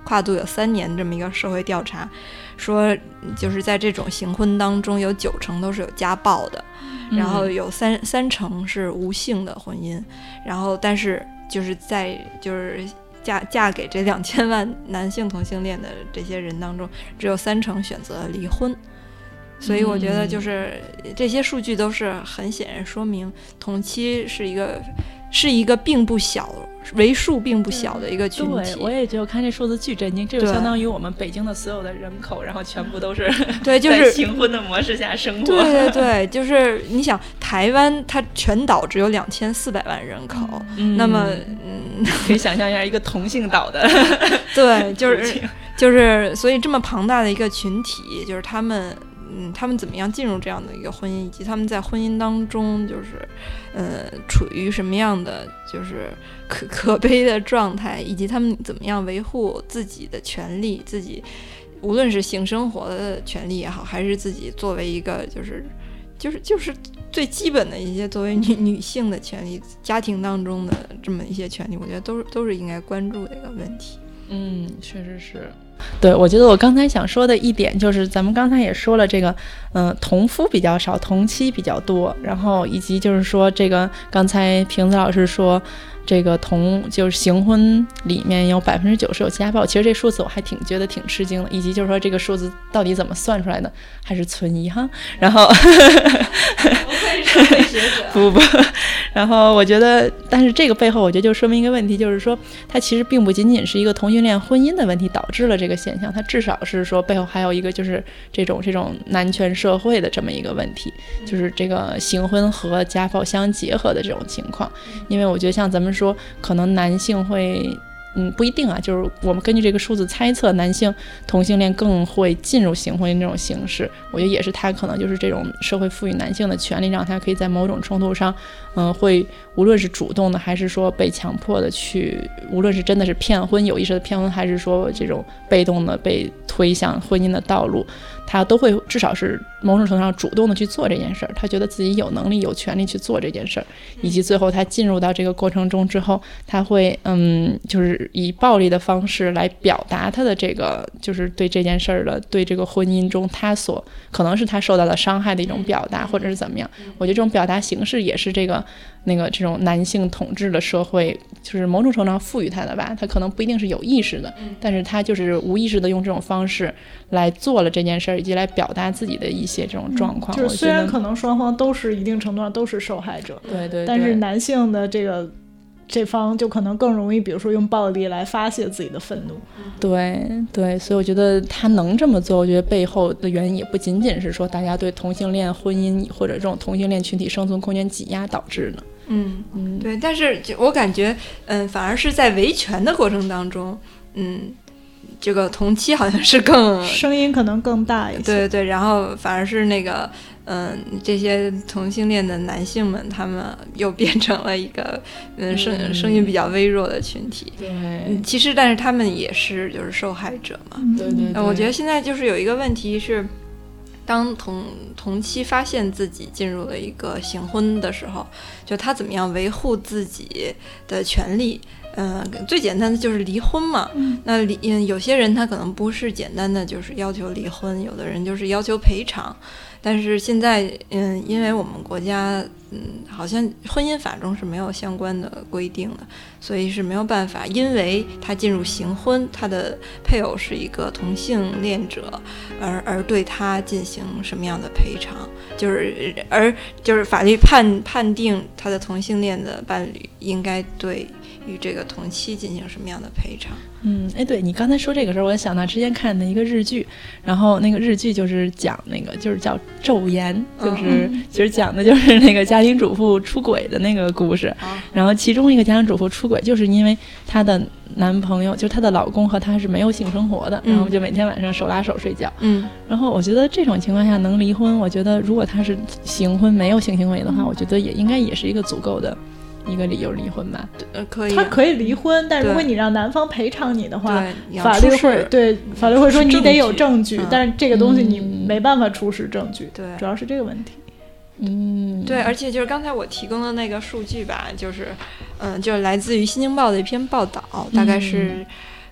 [SPEAKER 3] 跨度有三年这么一个社会调查，说就是在这种行婚当中有九成都是有家暴的，然后有三三成是无性的婚姻，然后但是就是在就是嫁嫁给这两千万男性同性恋的这些人当中，只有三成选择离婚。所以我觉得就是这些数据都是很显然说明同期是一个是一个并不小为数并不小的一个群体。
[SPEAKER 1] 对，我也觉得看这数字巨震惊，这就相当于我们北京的所有的人口，然后全部都是
[SPEAKER 3] 对，就是
[SPEAKER 1] 在行婚的模式下生活。
[SPEAKER 3] 对对对，就是你想台湾它全岛只有两千四百万人口，嗯、那么嗯，
[SPEAKER 1] 可以想象一下一个同性岛的
[SPEAKER 3] 对，就是就是所以这么庞大的一个群体，就是他们。嗯，他们怎么样进入这样的一个婚姻，以及他们在婚姻当中就是，呃，处于什么样的就是可可悲的状态，以及他们怎么样维护自己的权利，自己无论是性生活的权利也好，还是自己作为一个就是就是就是最基本的一些作为女女性的权利，家庭当中的这么一些权利，我觉得都是都是应该关注的一个问题。
[SPEAKER 1] 嗯，确实是。对，我觉得我刚才想说的一点就是，咱们刚才也说了这个，嗯、呃，同夫比较少，同妻比较多，然后以及就是说这个刚才瓶子老师说，这个同就是行婚里面有百分之九十有家暴，其实这数字我还挺觉得挺吃惊的，以及就是说这个数字到底怎么算出来的，还是存疑哈。然后
[SPEAKER 3] 不愧是社会学者，
[SPEAKER 1] 不不，然后我觉得，但是这个背后我觉得就说明一个问题，就是说它其实并不仅仅是一个同性恋婚姻的问题导致了这个现象，它至少是说背后还有一个就是这种这种男权社会的这么一个问题，就是这个行婚和家暴相结合的这种情况。因为我觉得像咱们说可能男性会嗯不一定啊，就是我们根据这个数字猜测，男性同性恋更会进入行婚这种形式，我觉得也是他可能就是这种社会赋予男性的权利，让他可以在某种程度上嗯、呃，会无论是主动的还是说被强迫的去，无论是真的是骗婚有意识的骗婚，还是说这种被动的被推向婚姻的道路，他都会至少是某种程度上主动的去做这件事儿，他觉得自己有能力有权利去做这件事儿，以及最后他进入到这个过程中之后，他会嗯就是以暴力的方式来表达他的这个就是对这件事儿的对这个婚姻中他所可能是他受到的伤害的一种表达，或者是怎么样。我觉得这种表达形式也是这个那个这种男性统治的社会就是某种程度上赋予他的吧，他可能不一定是有意识的，但是他就是无意识的用这种方式来做了这件事儿，以及来表达自己的一些这种状况、
[SPEAKER 2] 嗯、就是虽然可能双方都是一定程度上都是受害者，
[SPEAKER 1] 对 对, 对，
[SPEAKER 2] 但是男性的这个这方就可能更容易比如说用暴力来发泄自己的愤怒。
[SPEAKER 1] 对对，所以我觉得他能这么做，我觉得背后的原因也不仅仅是说大家对同性恋婚姻或者这种同性恋群体生存空间挤压导致的。
[SPEAKER 3] 嗯嗯，对，但是我感觉嗯，反而是在维权的过程当中，嗯，这个同妻好像是更
[SPEAKER 2] 声音可能更大一些，
[SPEAKER 3] 对对，然后反而是那个嗯，这些同性恋的男性们，他们又变成了一个嗯声、嗯、声音比较微弱的群体。
[SPEAKER 1] 对、
[SPEAKER 3] 嗯，其实但是他们也是就是受害者嘛。
[SPEAKER 1] 对对对、
[SPEAKER 3] 呃，我觉得现在就是有一个问题是，当同同妻发现自己进入了一个行婚的时候，就他怎么样维护自己的权利。嗯、呃，最简单的就是离婚嘛。嗯、那离嗯，有些人他可能不是简单的就是要求离婚，有的人就是要求赔偿。但是现在，嗯，因为我们国家，嗯，好像婚姻法中是没有相关的规定的，所以是没有办法，因为他进入行婚，他的配偶是一个同性恋者，而而对他进行什么样的赔偿，就是而就是法律判判定他的同性恋的伴侣应该对与这个同妻进行什么样的赔偿。
[SPEAKER 1] 嗯，哎，对，你刚才说这个时候，我就想到之前看的一个日剧，然后那个日剧就是讲那个就是叫《昼颜》，就是其实讲的就是那个家庭主妇出轨的那个故事。然后其中一个家庭主妇出轨，就是因为她的男朋友，就是她的老公和她是没有性生活的，然后就每天晚上手拉手睡觉。嗯，然后我觉得这种情况下能离婚，我觉得如果他是行婚没有性行为的话，我觉得也应该也是一个足够的一个理由离婚吧。
[SPEAKER 3] 呃，可以、啊，
[SPEAKER 2] 他可以离婚，但如果你让男方赔偿你的话，
[SPEAKER 3] 对
[SPEAKER 2] 法律会对法律会说你得有证据，
[SPEAKER 3] 嗯、
[SPEAKER 2] 但是这个东西你没办法出示证据，
[SPEAKER 3] 对、嗯，
[SPEAKER 2] 主要是这个问题。
[SPEAKER 1] 嗯，
[SPEAKER 3] 对，而且就是刚才我提供的那个数据吧，就是，嗯，就是来自于《新京报》的一篇报道，大概是，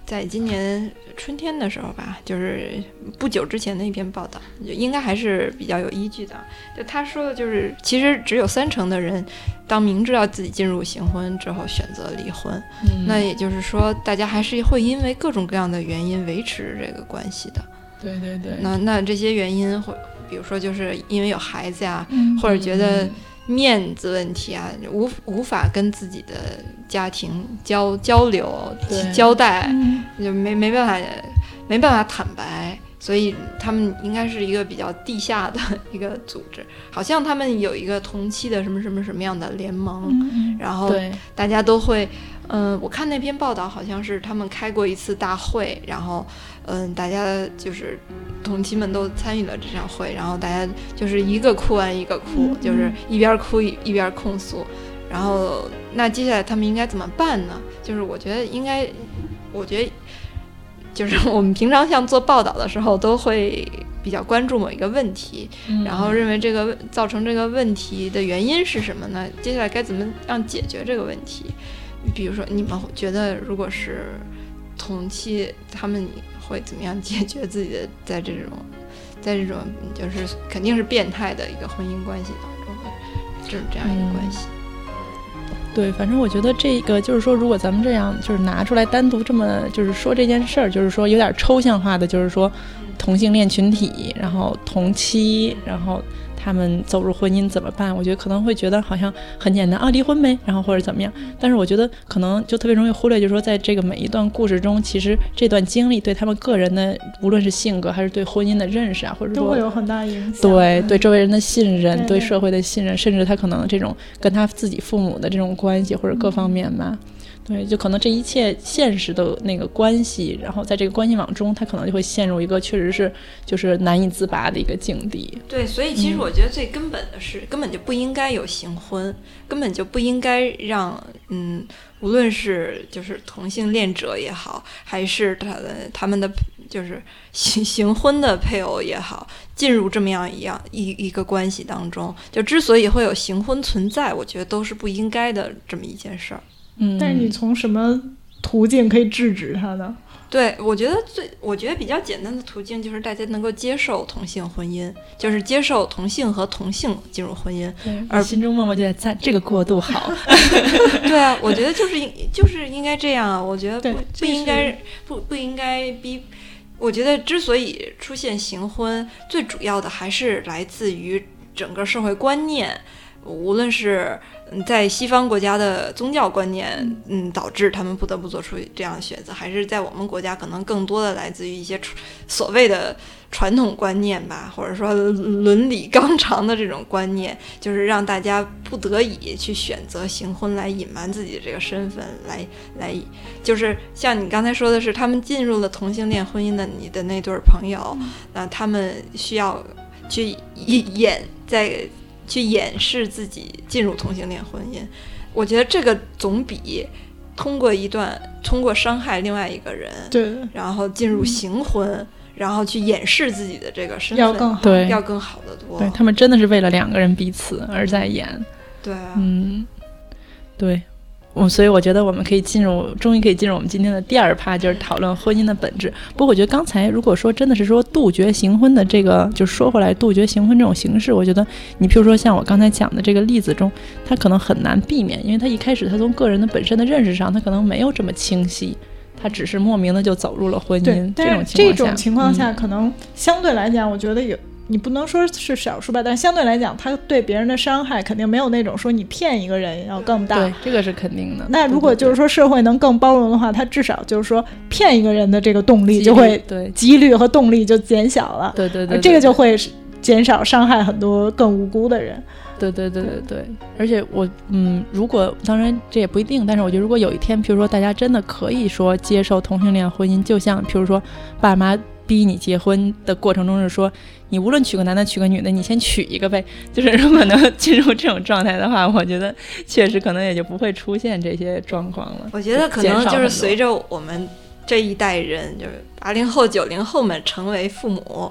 [SPEAKER 3] 在今年春天的时候吧，就是不久之前的一篇报道，应该还是比较有依据的。就他说的就是，其实只有三成的人，当明知道自己进入行婚之后选择离婚，嗯、那也就是说，大家还是会因为各种各样的原因维持这个关系的。
[SPEAKER 1] 对对对。
[SPEAKER 3] 那那这些原因会，比如说就是因为有孩子呀、嗯，或者觉得面子问题啊，无无法跟自己的家庭交交流、交代，嗯、就没没办法没办法坦白，所以他们应该是一个比较地下的一个组织，好像他们有一个同期的什么什么什么样的联盟，嗯、然后大家都会，嗯、呃，我看那篇报道好像是他们开过一次大会，然后。嗯，大家就是同期们都参与了这场会，然后大家就是一个哭完一个哭，嗯、就是一边哭一一边控诉。然后那接下来他们应该怎么办呢？就是我觉得应该，我觉得就是我们平常像做报道的时候都会比较关注某一个问题，嗯、然后认为这个造成这个问题的原因是什么呢？接下来该怎么样解决这个问题？比如说你们觉得如果是同期他们会怎么样解决自己的在这种在这种就是肯定是变态的一个婚姻关系当中的这这样一个关系、
[SPEAKER 1] 嗯、对，反正我觉得这个就是说如果咱们这样就是拿出来单独这么就是说这件事儿，就是说有点抽象化的，就是说同性恋群体然后同期然后他们走入婚姻怎么办？我觉得可能会觉得好像很简单啊，离婚呗，然后或者怎么样。但是我觉得可能就特别容易忽略，就是说在这个每一段故事中，其实这段经历对他们个人的，无论是性格还是对婚姻的认识啊，或者说
[SPEAKER 2] 都会有很大影响。
[SPEAKER 1] 对，对周围人的信任， 对, 对社会的信任，甚至他可能这种跟他自己父母的这种关系或者各方面吧。嗯对，就可能这一切现实的那个关系，然后在这个关系网中，他可能就会陷入一个确实是就是难以自拔的一个境地。
[SPEAKER 3] 对，所以其实我觉得最根本的是、嗯、根本就不应该有行婚，根本就不应该让嗯，无论是就是同性恋者也好，还是他的他们的就是行行婚的配偶也好，进入这么样一样一一个关系当中。就之所以会有行婚存在，我觉得都是不应该的这么一件事儿。
[SPEAKER 2] 嗯，但是你从什么途径可以制止它呢？
[SPEAKER 3] 对，我觉得最我觉得比较简单的途径就是大家能够接受同性婚姻，就是接受同性和同性进入婚姻，
[SPEAKER 1] 而心中默默就在赞这个过渡好。
[SPEAKER 3] 对啊，我觉得就是就是应该这样啊，我觉得不不应该不不应该逼。我觉得之所以出现行婚，最主要的还是来自于整个社会观念，无论是在西方国家的宗教观念，嗯，导致他们不得不做出这样的选择，还是在我们国家可能更多的来自于一些所谓的传统观念吧，或者说伦理纲常的这种观念，就是让大家不得已去选择行婚来隐瞒自己的这个身份，来来，就是像你刚才说的是，他们进入了同性恋婚姻的你的那对朋友，那、嗯、他们需要去演在。去掩饰自己进入同性恋婚姻，我觉得这个总比通过一段通过伤害另外一个人，
[SPEAKER 2] 对，
[SPEAKER 3] 然后进入行婚、嗯，然后去掩饰自己的这个身份
[SPEAKER 2] 要更好，
[SPEAKER 1] 对，
[SPEAKER 3] 要更好的多。
[SPEAKER 1] 对，他们真的是为了两个人彼此而在演。
[SPEAKER 3] 对啊，
[SPEAKER 1] 嗯，对。我所以我觉得我们可以进入，终于可以进入我们今天的第二趴，就是讨论婚姻的本质。不过我觉得刚才如果说真的是说杜绝行婚的这个，就说回来杜绝行婚这种形式，我觉得你譬如说像我刚才讲的这个例子中，它可能很难避免，因为它一开始它从个人的本身的认识上，它可能没有这么清晰，他只是莫名的就走入了婚姻。
[SPEAKER 2] 对，
[SPEAKER 1] 但
[SPEAKER 2] 是这种情况下、嗯、可能相对来讲我觉得有，你不能说是少数吧，但相对来讲他对别人的伤害肯定没有那种说你骗一个人要更大。
[SPEAKER 1] 对，这个是肯定的。
[SPEAKER 2] 那如果就是说社会能更包容的话，他至少就是说骗一个人的这个动力就会，
[SPEAKER 1] 对，
[SPEAKER 2] 几率和动力就减小了。
[SPEAKER 1] 对对 对, 对, 对, 对，
[SPEAKER 2] 这个就会减少伤害很多更无辜的人。
[SPEAKER 1] 对对对对对，而且我嗯，如果当然这也不一定，但是我觉得如果有一天譬如说大家真的可以说接受同性恋婚姻，就像譬如说爸妈逼你结婚的过程中是说你无论娶个男的娶个女的你先娶一个呗，就是如果能进入这种状态的话，我觉得确实可能也就不会出现这些状况了。
[SPEAKER 3] 我觉得可能就是随着我们这一代人就是八零后九零后们成为父母，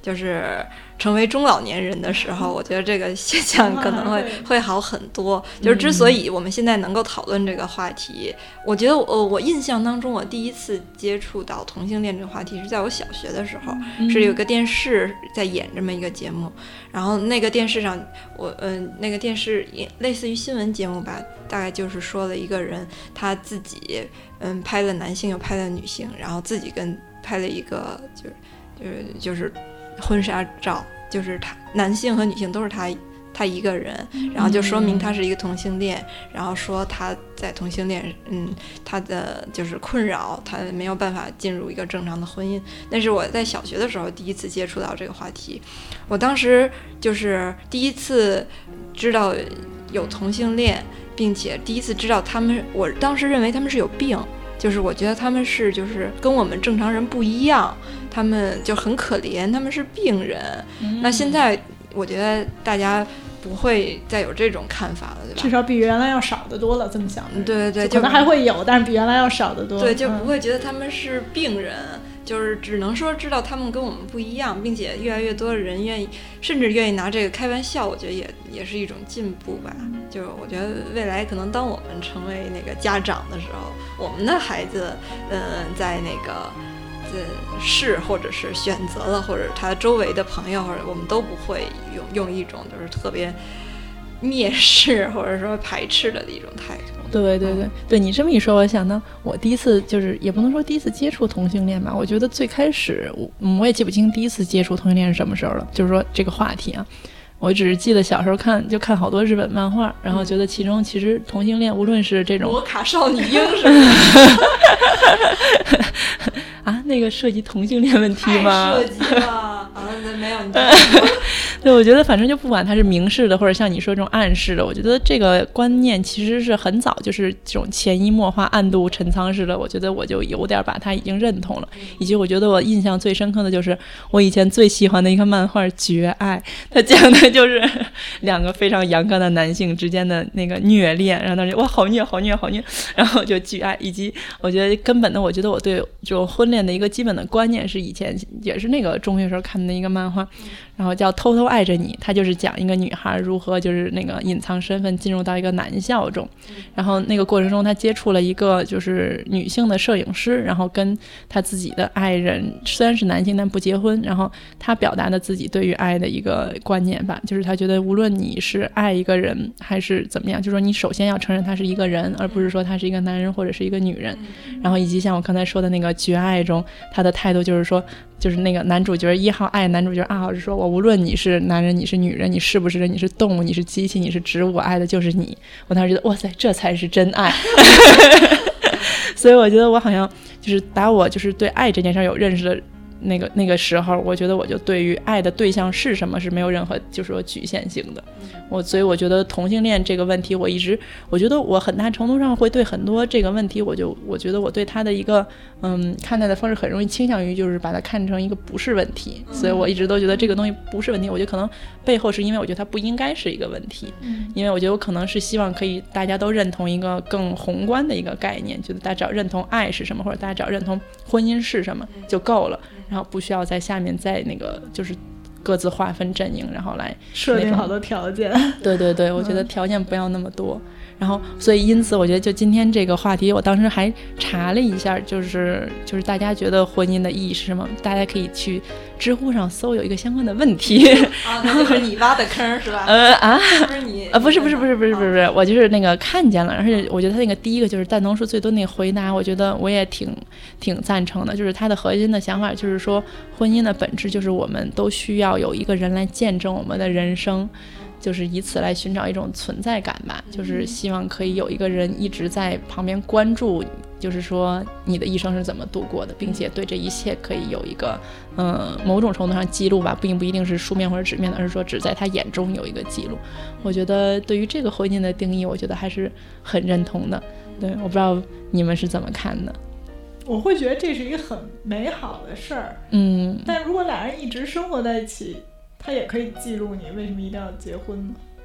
[SPEAKER 3] 就是成为中老年人的时候，我觉得这个现象可能会会好很多。就是之所以我们现在能够讨论这个话题，我觉得我我印象当中，我第一次接触到同性恋这个话题是在我小学的时候，是有个电视在演这么一个节目，然后那个电视上，我嗯、呃，那个电视类似于新闻节目吧，大概就是说了一个人他自己嗯拍了男性又拍了女性，然后自己跟拍了一个就是就是就是婚纱照，就是他男性和女性都是他他一个人，然后就说明他是一个同性恋，然后说他在同性恋嗯他的就是困扰，他没有办法进入一个正常的婚姻。那是我在小学的时候第一次接触到这个话题，我当时就是第一次知道有同性恋，并且第一次知道他们，我当时认为他们是有病，就是我觉得他们是就是跟我们正常人不一样，他们就很可怜，他们是病人、嗯、那现在我觉得大家不会再有这种看法了，对吧？
[SPEAKER 2] 至少比原来要少得多了，这么想。
[SPEAKER 3] 对对对，
[SPEAKER 2] 可能还会有，但是比原来要少得多。
[SPEAKER 3] 对，就不会觉得他们是病人、嗯、就是只能说知道他们跟我们不一样，并且越来越多的人愿意，甚至愿意拿这个开玩笑，我觉得也也是一种进步吧。就是我觉得未来可能当我们成为那个家长的时候，我们的孩子嗯、呃，在那个是或者是选择了，或者他周围的朋友，或者我们都不会用用一种就是特别蔑视或者说排斥的一种态度。
[SPEAKER 1] 对对对对，你这么一说，我想到我第一次就是也不能说第一次接触同性恋吧，我觉得最开始我我也记不清第一次接触同性恋是什么时候了，就是说这个话题啊，我只是记得小时候看就看好多日本漫画，然后觉得其中其实同性恋无论是这种
[SPEAKER 3] 摩卡少女樱是吧？
[SPEAKER 1] 啊，那个涉及同性恋问题吗？
[SPEAKER 3] 涉及了啊，没有你
[SPEAKER 1] 对，我觉得反正就不管它是明示的或者像你说这种暗示的，我觉得这个观念其实是很早就是这种潜移默化暗度陈仓式的，我觉得我就有点把它已经认同了。以及我觉得我印象最深刻的就是我以前最喜欢的一个漫画《绝爱》，它讲的就是两个非常阳刚的男性之间的那个虐恋，然后当时哇好虐好虐好虐，然后就巨爱。以及我觉得根本的，我觉得我对这种婚恋的一个基本的观念是以前也是那个中学时候看的一个漫画，然后叫《偷偷爱着你》，它就是讲一个女孩如何就是那个隐藏身份进入到一个男校中，然后那个过程中她接触了一个就是女性的摄影师，然后跟她自己的爱人虽然是男性但不结婚，然后她表达了自己对于爱的一个观念吧，就是她觉得无论你是爱一个人还是怎么样，就是说你首先要承认他是一个人，而不是说他是一个男人或者是一个女人。然后以及像我刚才说的那个绝爱中，他的态度就是说，就是那个男主角一号爱男主角二号是说，我无论你是男人你是女人，你是不是人，你是动物你是机器你是植物，我爱的就是你。我当时觉得哇塞，这才是真爱。所以我觉得我好像就是把我就是对爱这件事有认识的那个那个时候，我觉得我就对于爱的对象是什么是没有任何就是说局限性的。我所以我觉得同性恋这个问题，我一直我觉得我很大程度上会对很多这个问题，我就我觉得我对他的一个嗯看待的方式很容易倾向于就是把它看成一个不是问题，所以我一直都觉得这个东西不是问题。我觉得可能背后是因为我觉得它不应该是一个问题，因为我觉得我可能是希望可以大家都认同一个更宏观的一个概念，觉得大家只要认同爱是什么，或者大家只要认同婚姻是什么就够了，然后不需要在下面再那个就是各自划分阵营，然后来
[SPEAKER 2] 设定好多条件。
[SPEAKER 1] 对对对，我觉得条件不要那么多。嗯、然后所以因此我觉得就今天这个话题，我当时还查了一下，就是就是大家觉得婚姻的意义是什么，大家可以去知乎上搜有一个相关的问题。
[SPEAKER 3] 啊，那就是你挖的坑是吧？
[SPEAKER 1] 呃啊，
[SPEAKER 3] 不是你
[SPEAKER 1] 啊，不是不是不是不是不是不是，我就是那个看见了，而且我觉得他那个第一个就是赞同数最多那个回答，我觉得我也挺挺赞成的，就是他的核心的想法就是说，婚姻的本质就是我们都需要有一个人来见证我们的人生。就是以此来寻找一种存在感吧，就是希望可以有一个人一直在旁边关注，就是说你的一生是怎么度过的，并且对这一切可以有一个嗯某种程度上记录吧，并不一定是书面或者纸面的，而是说只在他眼中有一个记录。我觉得对于这个婚姻的定义，我觉得还是很认同的。对，我不知道你们是怎么看的。
[SPEAKER 2] 我会觉得这是一个很美好的事儿，
[SPEAKER 1] 嗯，
[SPEAKER 2] 但如果俩人一直生活在一起，他也可以记录你为什么一定要结婚呢？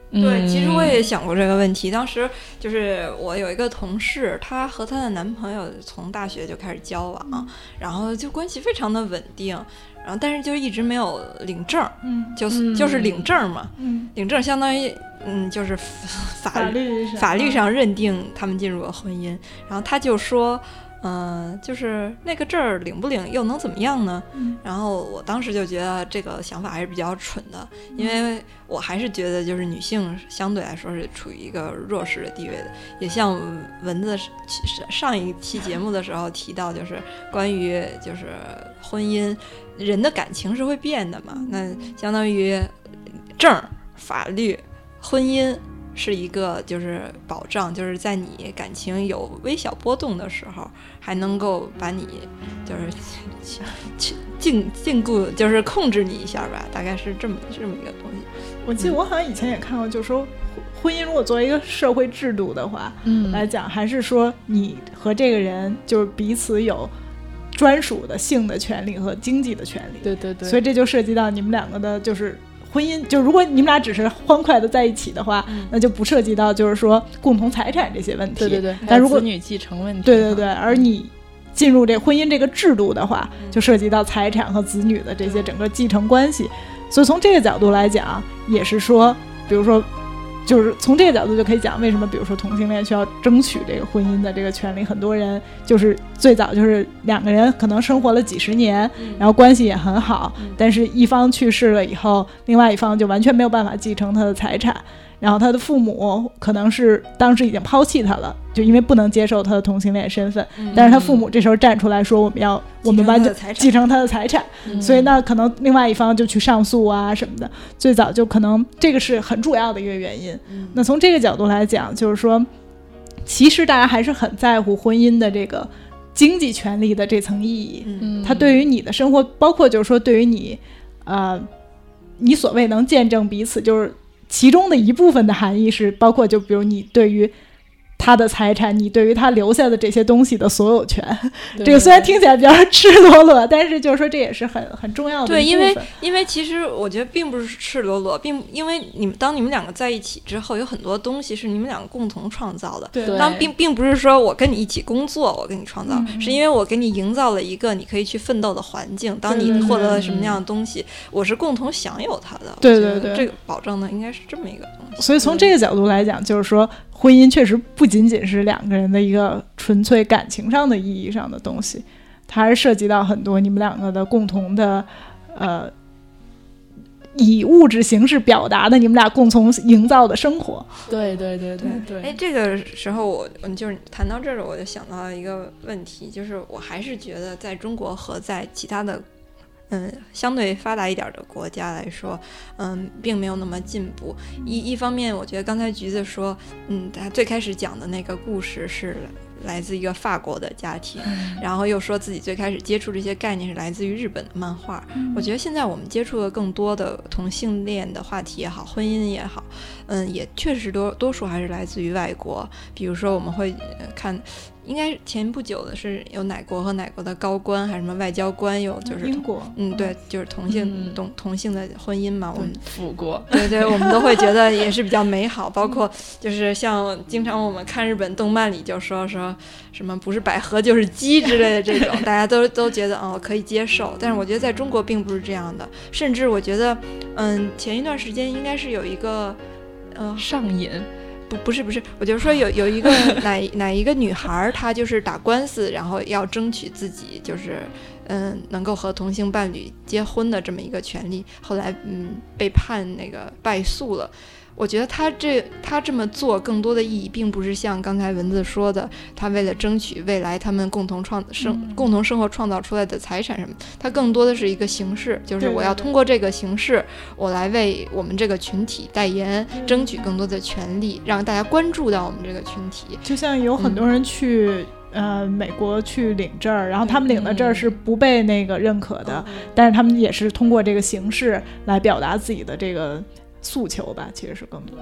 [SPEAKER 3] 对，其实我也想过这个问题。当时就是我有一个同事，她和她的男朋友从大学就开始交往，嗯、然后就关系非常的稳定，然后但是就一直没有领证，
[SPEAKER 2] 嗯，
[SPEAKER 3] 就是就是领证嘛，
[SPEAKER 2] 嗯，
[SPEAKER 3] 领证相当于嗯就是法
[SPEAKER 2] 法律上
[SPEAKER 3] 法律上认定他们进入了婚姻，然后他就说。嗯、呃，就是那个证儿领不领又能怎么样呢？
[SPEAKER 2] 嗯，
[SPEAKER 3] 然后我当时就觉得这个想法还是比较蠢的，因为我还是觉得就是女性相对来说是处于一个弱势的地位的。也像蚊子上一期节目的时候提到，就是关于就是婚姻，人的感情是会变的嘛，那相当于证儿、法律、婚姻。是一个就是保障，就是在你感情有微小波动的时候，还能够把你就是禁禁锢，就是控制你一下吧，大概是这么这么一个东西。
[SPEAKER 2] 我记得我好像以前也看过，就是说婚姻如果作为一个社会制度的话，嗯，来讲，还是说你和这个人就是彼此有专属的性的权利和经济的权利。
[SPEAKER 1] 对对对，
[SPEAKER 2] 所以这就涉及到你们两个的就是婚姻，就如果你们俩只是欢快的在一起的话、嗯、那就不涉及到就是说共同财产这些问题。
[SPEAKER 1] 对对对，
[SPEAKER 2] 但如果
[SPEAKER 1] 子女继承问题，
[SPEAKER 2] 对对对，而你进入这婚姻这个制度的话、嗯、就涉及到财产和子女的这些整个继承关系。所以从这个角度来讲，也是说比如说就是从这个角度就可以讲为什么比如说同性恋需要争取这个婚姻的这个权利。很多人就是最早就是两个人可能生活了几十年、嗯、然后关系也很好、嗯、但是一方去世了以后，另外一方就完全没有办法继承他的财产，然后他的父母可能是当时已经抛弃他了，就因为不能接受他的同性恋身份、嗯、但是他父母这时候站出来说我们要我们完全继承他的财产、嗯、所以那可能另外一方就去上诉啊什么的。最早就可能这个是很主要的一个原因、嗯、那从这个角度来讲，就是说其实大家还是很在乎婚姻的这个经济权利的这层意义、嗯、它对于你的生活，包括就是说对于你呃，你所谓能见证彼此，就是其中的一部分的含义是包括就比如你对于他的财产，你对于他留下的这些东西的所有权。这个虽然听起来比较赤裸裸，但是就是说这也是很很重要的一部分。
[SPEAKER 3] 对，因为因为其实我觉得并不是赤裸裸，并因为你们当你们两个在一起之后，有很多东西是你们两个共同创造的。
[SPEAKER 2] 对，
[SPEAKER 3] 当并并不是说我跟你一起工作，我跟你创造、嗯，是因为我给你营造了一个你可以去奋斗的环境。当你获得了什么样的东西，我是共同享有它的。
[SPEAKER 2] 对对对，
[SPEAKER 3] 这个保证的应该是这么一个东西。
[SPEAKER 2] 所以从这个角度来讲，就是说婚姻确实不仅仅是两个人的一个纯粹感情上的意义上的东西，它还是涉及到很多你们两个的共同的呃以物质形式表达的你们俩共同营造的生活。
[SPEAKER 1] 对对对对对。
[SPEAKER 3] 哎，这个时候我就是谈到这儿，我就想到了一个问题，就是我还是觉得在中国和在其他的嗯，相对发达一点的国家来说，嗯，并没有那么进步。一一方面，我觉得刚才橘子说，嗯，他最开始讲的那个故事是来自一个法国的家庭，然后又说自己最开始接触这些概念是来自于日本的漫画。我觉得现在我们接触的更多的同性恋的话题也好，婚姻也好，嗯，也确实多多数还是来自于外国。比如说我们会看。应该前不久的是有哪国和哪国的高官还是什么外交官有就是
[SPEAKER 2] 英国，
[SPEAKER 3] 嗯对，就是同性、嗯、同同性的婚姻嘛，我们
[SPEAKER 1] 辅国，
[SPEAKER 3] 对对，我们都会觉得也是比较美好。包括就是像经常我们看日本动漫里就说说什么不是百合就是鸡之类的这种，大家都都觉得哦可以接受。但是我觉得在中国并不是这样的，甚至我觉得嗯前一段时间应该是有一个呃
[SPEAKER 1] 上瘾。
[SPEAKER 3] 不不是不是，我就说有有一个哪哪一个女孩，她就是打官司，然后要争取自己就是嗯能够和同性伴侣结婚的这么一个权利，后来嗯被判那个败诉了。我觉得他这他这么做更多的意义并不是像刚才文字说的，他为了争取未来他们共同创生、嗯、共同生活创造出来的财产什么，他更多的是一个形式，就是我要通过这个形式，我来为我们这个群体代言，争取更多的权利，让大家关注到我们这个群体。
[SPEAKER 2] 就像有很多人去、嗯、呃美国去领证，然后他们领的证是不被那个认可的、嗯、但是他们也是通过这个形式来表达自己的这个诉求吧，其实是更多是。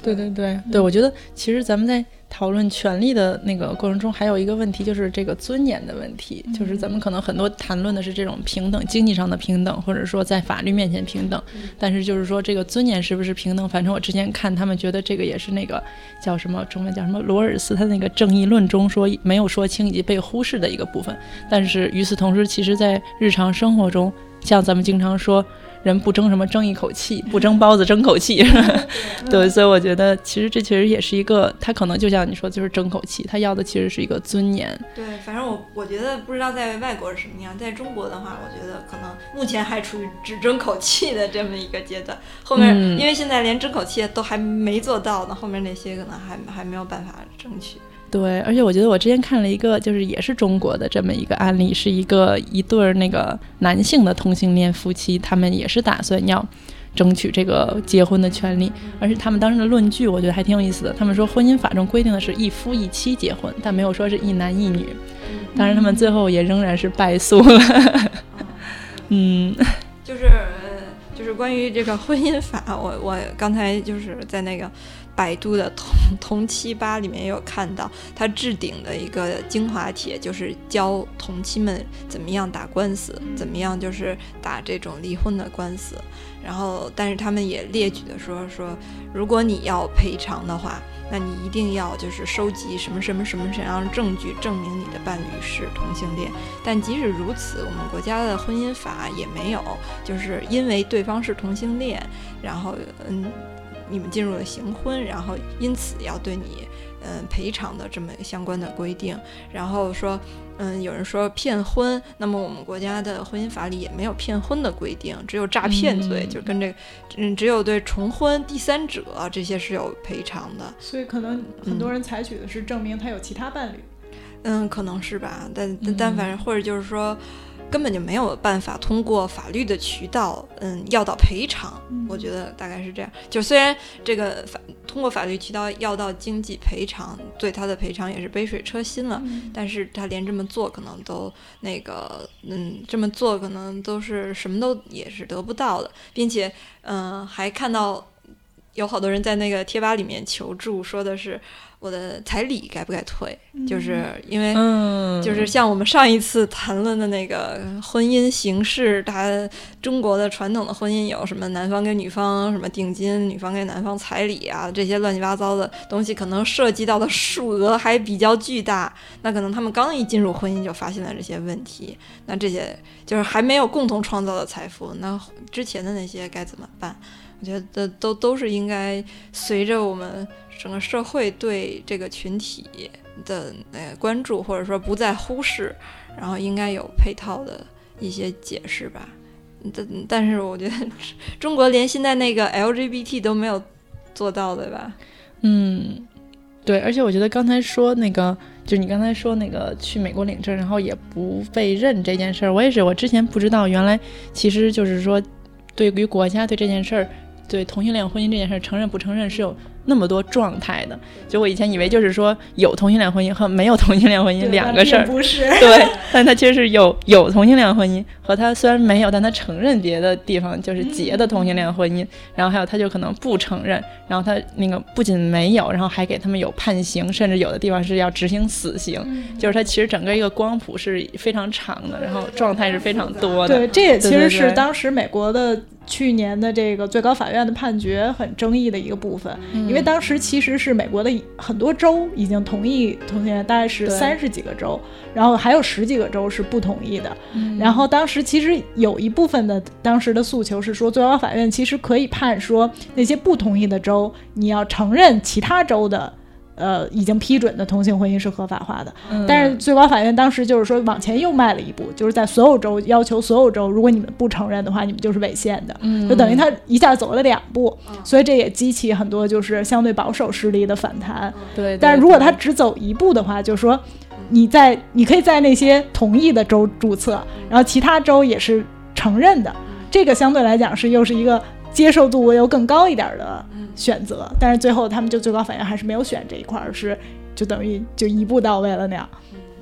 [SPEAKER 1] 对对对对，我觉得其实咱们在讨论权利的那个过程中，还有一个问题就是这个尊严的问题，就是咱们可能很多谈论的是这种平等，经济上的平等，或者说在法律面前平等，但是就是说这个尊严是不是平等，反正我之前看他们觉得这个也是那个叫什么中文叫什么罗尔斯他那个正义论中说没有说清以及被忽视的一个部分。但是与此同时，其实在日常生活中，像咱们经常说人不争什么争一口气，不争包子争口气对，所以我觉得其实这其实也是一个，他可能就像你说就是争口气，他要的其实是一个尊严。
[SPEAKER 3] 对，反正我我觉得不知道在外国是什么样，在中国的话我觉得可能目前还处于只争口气的这么一个阶段，后面、嗯、因为现在连争口气都还没做到呢，后面那些可能还还没有办法争取。
[SPEAKER 1] 对，而且我觉得我之前看了一个就是也是中国的这么一个案例，是一个一对那个男性的同性恋夫妻，他们也是打算要争取这个结婚的权利，而且他们当时的论据我觉得还挺有意思的，他们说婚姻法中规定的是一夫一妻结婚，但没有说是一男一女，当然他们最后也仍然是败诉了嗯，
[SPEAKER 3] 就是就是关于这个婚姻法，我我刚才就是在那个百度的同同期吧里面也有看到，他置顶的一个精华帖，就是教同期们怎么样打官司，怎么样就是打这种离婚的官司。然后，但是他们也列举的说说，如果你要赔偿的话，那你一定要就是收集什么什么什么什么样的证据证明你的伴侣是同性恋。但即使如此，我们国家的婚姻法也没有，就是因为对方是同性恋，然后嗯。你们进入了行婚，然后因此要对你嗯赔偿的这么相关的规定。然后说嗯有人说骗婚，那么我们国家的婚姻法里也没有骗婚的规定，只有诈骗罪、嗯、就跟这个嗯只有对重婚第三者这些是有赔偿的。
[SPEAKER 2] 所以可能很多人采取的是证明他有其他伴侣。
[SPEAKER 3] 嗯可能是吧，但但反正或者就是说根本就没有办法通过法律的渠道嗯要到赔偿、嗯、我觉得大概是这样。就虽然这个法通过法律渠道要到经济赔偿，对他的赔偿也是杯水车薪了、嗯、但是他连这么做可能都那个嗯这么做可能都是什么都也是得不到的，并且嗯还看到有好多人在那个贴吧里面求助，说的是我的彩礼该不该退、嗯、就是因为、嗯、就是像我们上一次谈论的那个婚姻形式，它中国的传统的婚姻有什么男方给女方什么定金，女方给男方彩礼啊，这些乱七八糟的东西可能涉及到的数额还比较巨大，那可能他们刚一进入婚姻就发现了这些问题，那这些就是还没有共同创造的财富，那之前的那些该怎么办？我觉得都都是应该随着我们整个社会对这个群体的呃关注，或者说不再忽视，然后应该有配套的一些解释吧。但但是我觉得中国连现在那个 L G B T 都没有做到，对吧？
[SPEAKER 1] 嗯，对，而且我觉得刚才说那个，就是你刚才说那个去美国领证，然后也不被认这件事儿，我也是，我之前不知道，原来其实就是说，对于国家对这件事儿。对同性恋婚姻这件事承认不承认是有那么多状态的，就我以前以为就是说有同性恋婚姻和没有同性恋婚姻两个事儿，
[SPEAKER 2] 不是
[SPEAKER 1] 对，但它其实是有有同性恋婚姻和他虽然没有，但他承认别的地方就是结的同性恋婚姻、嗯、然后还有他就可能不承认，然后他那个不仅没有，然后还给他们有判刑，甚至有的地方是要执行死刑、嗯、就是他其实整个一个光谱是非常长的，然后状态是非常多的。
[SPEAKER 2] 对，这也其实是当时美国的去年的这个最高法院的判决很争议的一个部分、嗯、因为当时其实是美国的很多州已经同意同性恋，大概是三十几个州，然后还有十几个州是不同意的、嗯、然后当时其实有一部分的当时的诉求是说最高法院其实可以判说那些不同意的州你要承认其他州的呃，已经批准的同性婚姻是合法化的、嗯、但是最高法院当时就是说往前又迈了一步，就是在所有州要求所有州如果你们不承认的话你们就是违宪的、嗯、就等于他一下走了两步、嗯、所以这也激起很多就是相对保守势力的反弹、嗯、对, 对, 对，但是如果他只走一步的话，就是说你在你可以在那些同意的州注册，然后其他州也是承认的，这个相对来讲是又是一个接受度又更高一点的选择，但是最后他们就最高法院还是没有选这一块，而是就等于就一步到位了那样。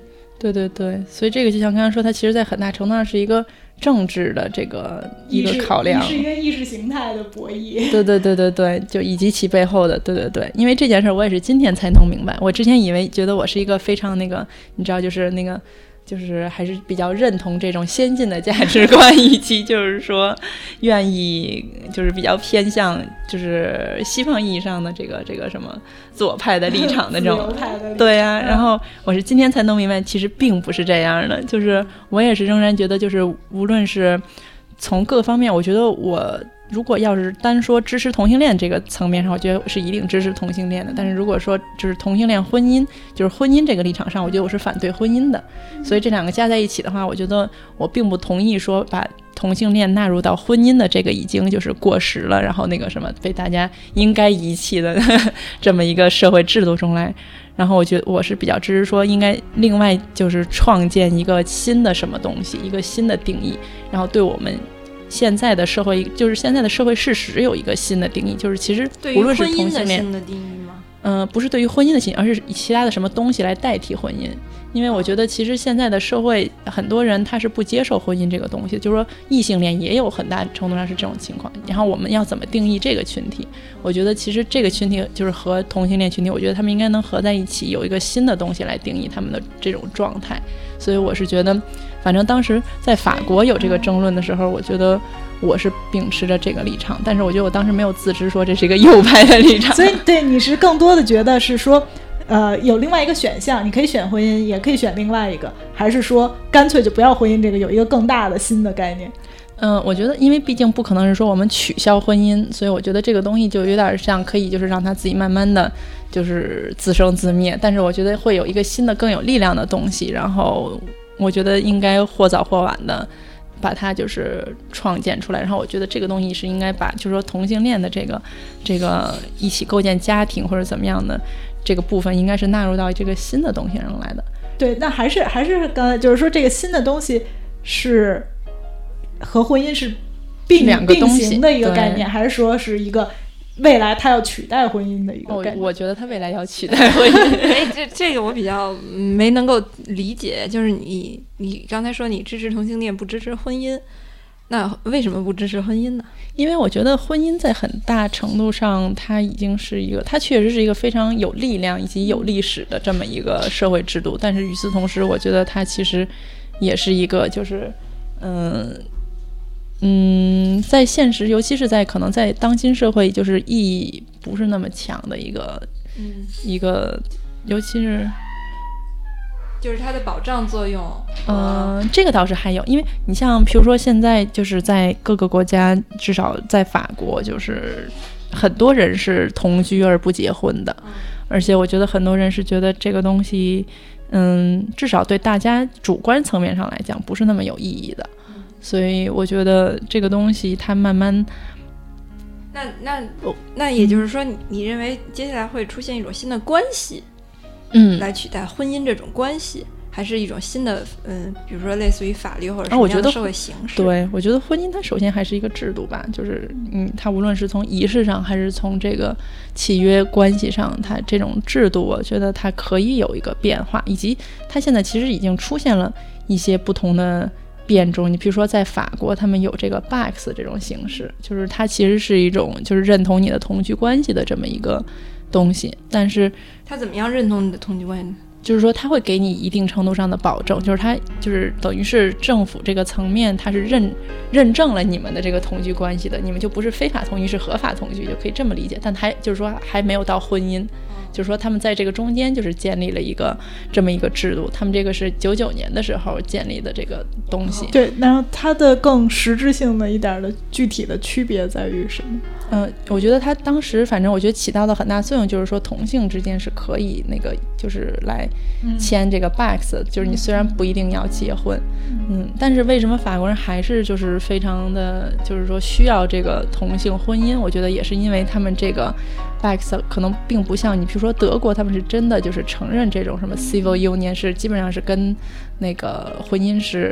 [SPEAKER 1] 对对对，所以这个就像刚刚说，它其实在很大程度上是一个政治的这个一个考量，
[SPEAKER 2] 是一个意识形态的博弈。
[SPEAKER 1] 对对对对对，就以及其背后的，对对对，因为这件事我也是今天才弄明白，我之前以为觉得我是一个非常那个，你知道，就是那个。就是还是比较认同这种先进的价值观，以及就是说愿意就是比较偏向就是西方意义上的这个这个什么左派的立场的这种对啊，然后我是今天才弄明白，其实并不是这样的，就是我也是仍然觉得，就是无论是从各个方面，我觉得我如果要是单说支持同性恋这个层面上，我觉得是一定支持同性恋的。但是如果说就是同性恋婚姻，就是婚姻这个立场上，我觉得我是反对婚姻的。所以这两个加在一起的话，我觉得我并不同意说把同性恋纳入到婚姻的这个已经就是过时了，然后那个什么被大家应该遗弃的呵呵这么一个社会制度中来。然后我觉得我是比较支持说应该另外就是创建一个新的什么东西，一个新的定义，然后对我们现在的社会，就是现在的社会事实有一个新的定义，就是其实无论是同性恋，
[SPEAKER 3] 对于婚姻的新的定义吗？
[SPEAKER 1] 嗯、呃，不是对于婚姻的定义，而是以其他的什么东西来代替婚姻。因为我觉得其实现在的社会很多人他是不接受婚姻这个东西，就是说异性恋也有很大程度上是这种情况。然后我们要怎么定义这个群体？我觉得其实这个群体就是和同性恋群体，我觉得他们应该能合在一起，有一个新的东西来定义他们的这种状态。所以我是觉得，反正当时在法国有这个争论的时候，我觉得我是秉持着这个立场，但是我觉得我当时没有自知说这是一个右派的立场。
[SPEAKER 2] 所以对你是更多的觉得是说呃，有另外一个选项，你可以选婚姻，也可以选另外一个，还是说干脆就不要婚姻这个，有一个更大的新的概念？
[SPEAKER 1] 嗯、呃，我觉得因为毕竟不可能是说我们取消婚姻，所以我觉得这个东西就有点像可以就是让它自己慢慢的就是自生自灭，但是我觉得会有一个新的更有力量的东西，然后我觉得应该或早或晚的把它就是创建出来，然后我觉得这个东西是应该把就是说同性恋的这个这个一起构建家庭或者怎么样的这个部分应该是纳入到这个新的东西上来的。
[SPEAKER 2] 对，那还是还是刚才就是说这个新的东西是和婚姻是并
[SPEAKER 1] 两个东西
[SPEAKER 2] 并行的一个概念，还是说是一个未来它要取代婚姻的一个概念？
[SPEAKER 1] 哦、我觉得它未来要取代婚姻。
[SPEAKER 3] 哎，这这个我比较没能够理解，就是你你刚才说你支持同性恋不支持婚姻，那为什么不支持婚姻呢？
[SPEAKER 1] 因为我觉得婚姻在很大程度上它已经是一个，它确实是一个非常有力量以及有历史的这么一个社会制度，但是与此同时我觉得它其实也是一个就是嗯嗯，在现实尤其是在可能在当今社会就是意义不是那么强的一个、嗯、一个尤其是
[SPEAKER 3] 就是它的保障作用，
[SPEAKER 1] 嗯、呃，这个倒是还有，因为你像比如说现在就是在各个国家，至少在法国，就是很多人是同居而不结婚的，嗯、而且我觉得很多人是觉得这个东西，嗯，至少对大家主观层面上来讲不是那么有意义的，嗯、所以我觉得这个东西它慢慢，
[SPEAKER 3] 那那那也就是说你，你认为接下来会出现一种新的关系？嗯，来取代婚姻这种关系，还是一种新的，嗯，比如说类似于法律或者什么样的社会形式？
[SPEAKER 1] 啊、对，我觉得婚姻它首先还是一个制度吧，就是嗯，它无论是从仪式上还是从这个契约关系上，它这种制度，我觉得它可以有一个变化，以及它现在其实已经出现了一些不同的变种。你比如说在法国，他们有这个 B A X 这种形式，就是它其实是一种就是认同你的同居关系的这么一个东西，但是
[SPEAKER 3] 他怎么样认同你的同居关系？
[SPEAKER 1] 就是说他会给你一定程度上的保证，就是他就是等于是政府这个层面他是认认证了你们的这个同居关系的，你们就不是非法同居，是合法同居，就可以这么理解。但还就是说还没有到婚姻，就是说他们在这个中间就是建立了一个这么一个制度，他们这个是九九年的时候建立的这个东西。
[SPEAKER 2] 对，然后它的更实质性的一点的具体的区别在于什么？
[SPEAKER 1] 嗯、呃，我觉得他当时反正我觉得起到的很大作用，就是说同性之间是可以那个就是来签这个 B A X，、嗯、就是你虽然不一定要结婚，嗯，但是为什么法国人还是就是非常的就是说需要这个同性婚姻？我觉得也是因为他们这个 B A X 可能并不像你比如说德国，他们是真的就是承认这种什么 civil union 是基本上是跟那个婚姻是